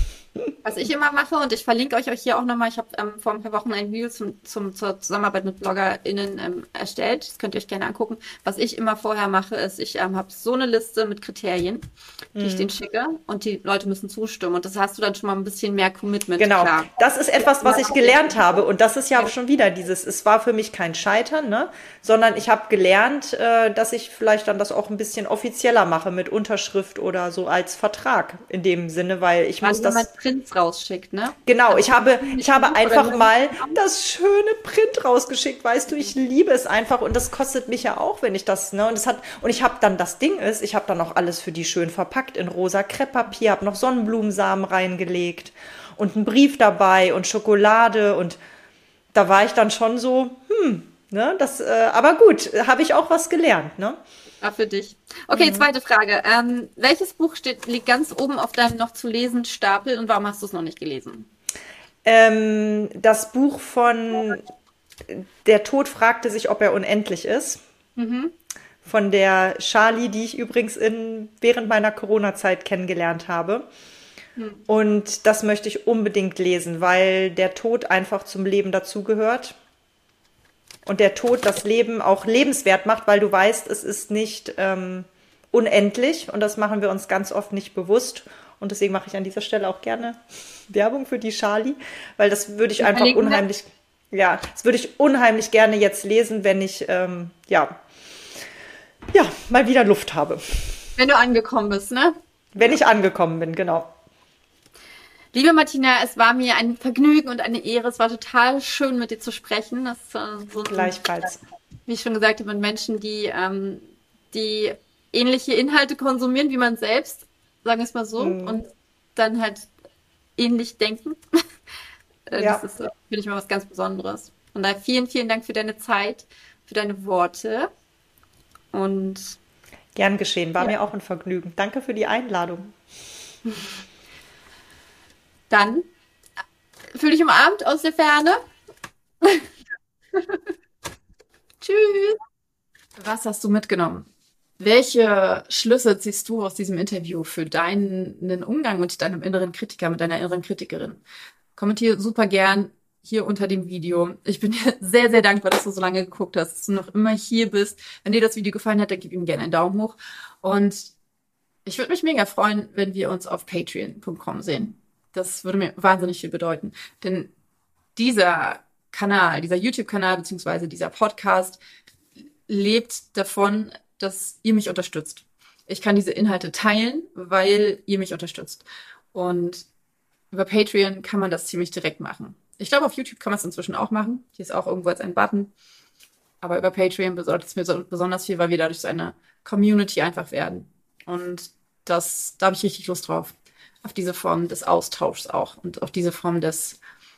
Was ich immer mache, und ich verlinke euch, euch hier auch nochmal, ich habe ähm, vor ein paar Wochen ein Video zum, zum, zur Zusammenarbeit mit BloggerInnen ähm, erstellt. Das könnt ihr euch gerne angucken. Was ich immer vorher mache, ist, ich ähm, habe so eine Liste mit Kriterien, die ich denen schicke und die Leute müssen zustimmen. Und das hast du dann schon mal ein bisschen mehr Commitment. Genau, Klar. das ist etwas, was ich gelernt habe und das ist ja auch schon wieder dieses, es war für mich kein Scheitern, ne? Sondern ich habe gelernt, äh, dass ich vielleicht dann das auch ein bisschen offizieller mache mit Unterschrift oder so als Vertrag in dem Sinne, weil ich muss Gerade wenn das... man Prints rausschickt, ne? Genau, ich habe, ich habe Oder einfach nur- mal das schöne Print rausgeschickt, weißt du, ich liebe es einfach und das kostet mich ja auch, wenn ich das, ne, und es hat, und ich habe dann, das Ding ist, ich habe dann auch alles für die schön verpackt in rosa Krepppapier, habe noch Sonnenblumensamen reingelegt und einen Brief dabei und Schokolade und da war ich dann schon so, hm, ne, das, äh, aber gut, habe ich auch was gelernt, ne? Ah, für dich. Okay, zweite Frage. Ähm, welches Buch steht, liegt ganz oben auf deinem noch zu lesen Stapel und warum hast du es noch nicht gelesen? Ähm, das Buch von Der Tod fragte sich, ob er unendlich ist. Mhm. Von der Charlie, die ich übrigens in, während meiner Corona-Zeit kennengelernt habe. Hm. Und das möchte ich unbedingt lesen, weil der Tod einfach zum Leben dazugehört. Und der Tod das Leben auch lebenswert macht, weil du weißt, es ist nicht ähm, unendlich. Und das machen wir uns ganz oft nicht bewusst. Und deswegen mache ich an dieser Stelle auch gerne Werbung für die Charlie, weil das würde ich Wir einfach verlinken unheimlich, ja, das würde ich unheimlich gerne jetzt lesen, wenn ich, ähm, ja, ja, mal wieder Luft habe. Wenn du angekommen bist, ne? Wenn ich angekommen bin, genau. Liebe Martina, es war mir ein Vergnügen und eine Ehre. Es war total schön, mit dir zu sprechen. Das ist äh, so ein, Gleichfalls. wie ich schon gesagt habe, mit Menschen, die, ähm, die ähnliche Inhalte konsumieren wie man selbst, sagen wir es mal so, Mhm. und dann halt ähnlich denken. Äh, Ja, Das ist, äh, finde ich mal was ganz Besonderes. Von daher vielen, vielen Dank für deine Zeit, für deine Worte und gern geschehen. War ja, mir auch ein Vergnügen. Danke für die Einladung. dann fühl dich umarmt aus der Ferne. Tschüss. Was hast du mitgenommen? Welche Schlüsse ziehst du aus diesem Interview für deinen Umgang mit deinem inneren Kritiker, mit deiner inneren Kritikerin? Kommentiere super gern hier unter dem Video. Ich bin dir sehr, sehr dankbar, dass du so lange geguckt hast, dass du noch immer hier bist. Wenn dir das Video gefallen hat, dann gib ihm gerne einen Daumen hoch. Und ich würde mich mega freuen, wenn wir uns auf patreon punkt com sehen. Das würde mir wahnsinnig viel bedeuten. Denn dieser Kanal, dieser YouTube-Kanal beziehungsweise dieser Podcast lebt davon, dass ihr mich unterstützt. Ich kann diese Inhalte teilen, weil ihr mich unterstützt. Und über Patreon kann man das ziemlich direkt machen. Ich glaube, auf YouTube kann man es inzwischen auch machen. Hier ist auch irgendwo jetzt ein Button. Aber über Patreon bedeutet es mir so besonders viel, weil wir dadurch so eine Community einfach werden. Und das, da habe ich richtig Lust drauf. Auf diese Form des Austauschs auch und auf diese Form des,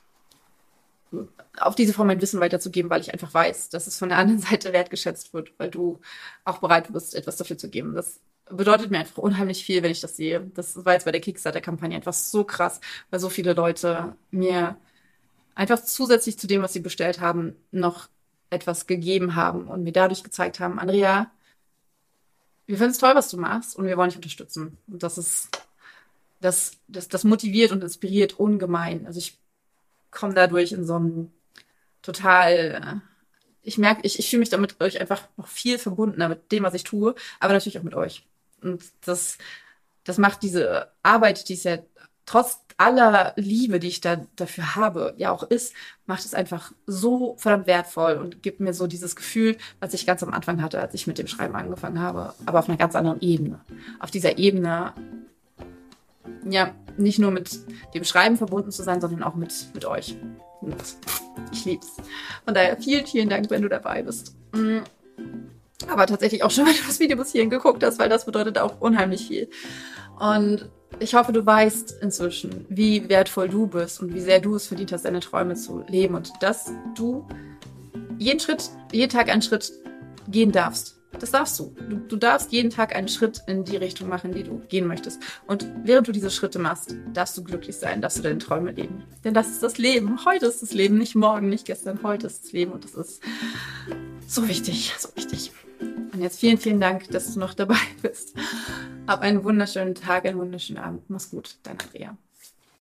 auf diese Form mein Wissen weiterzugeben, weil ich einfach weiß, dass es von der anderen Seite wertgeschätzt wird, weil du auch bereit bist, etwas dafür zu geben. Das bedeutet mir einfach unheimlich viel, wenn ich das sehe. Das war jetzt bei der Kickstarter-Kampagne einfach so krass, weil so viele Leute mir einfach zusätzlich zu dem, was sie bestellt haben, noch etwas gegeben haben und mir dadurch gezeigt haben, Andrea, wir finden es toll, was du machst und wir wollen dich unterstützen. Und das ist, das, das, das motiviert und inspiriert ungemein. Also ich komme dadurch in so einen total, äh, ich merke, ich, ich fühle mich damit euch einfach noch viel verbundener mit dem, was ich tue, aber natürlich auch mit euch. Und das, das macht diese Arbeit, die es ja trotz aller Liebe, die ich da dafür habe, ja auch ist, macht es einfach so verdammt wertvoll und gibt mir so dieses Gefühl, was ich ganz am Anfang hatte, als ich mit dem Schreiben angefangen habe, aber auf einer ganz anderen Ebene. Auf dieser Ebene, ja, nicht nur mit dem Schreiben verbunden zu sein, sondern auch mit, mit euch. Und ich lieb's. Von daher vielen, vielen Dank, wenn du dabei bist. Mm. Aber tatsächlich auch schon, wenn du das Video bis hierhin geguckt hast, weil das bedeutet auch unheimlich viel. Und ich hoffe, du weißt inzwischen, wie wertvoll du bist und wie sehr du es verdient hast, deine Träume zu leben und dass du jeden Schritt, jeden Tag einen Schritt gehen darfst. Das darfst du. du. Du darfst jeden Tag einen Schritt in die Richtung machen, die du gehen möchtest. Und während du diese Schritte machst, darfst du glücklich sein, darfst du deine Träume leben. Denn das ist das Leben. Heute ist das Leben, nicht morgen, nicht gestern. Heute ist das Leben und das ist so wichtig, so wichtig. Und jetzt vielen, vielen Dank, dass du noch dabei bist. Hab einen wunderschönen Tag, einen wunderschönen Abend. Mach's gut, dein Andrea.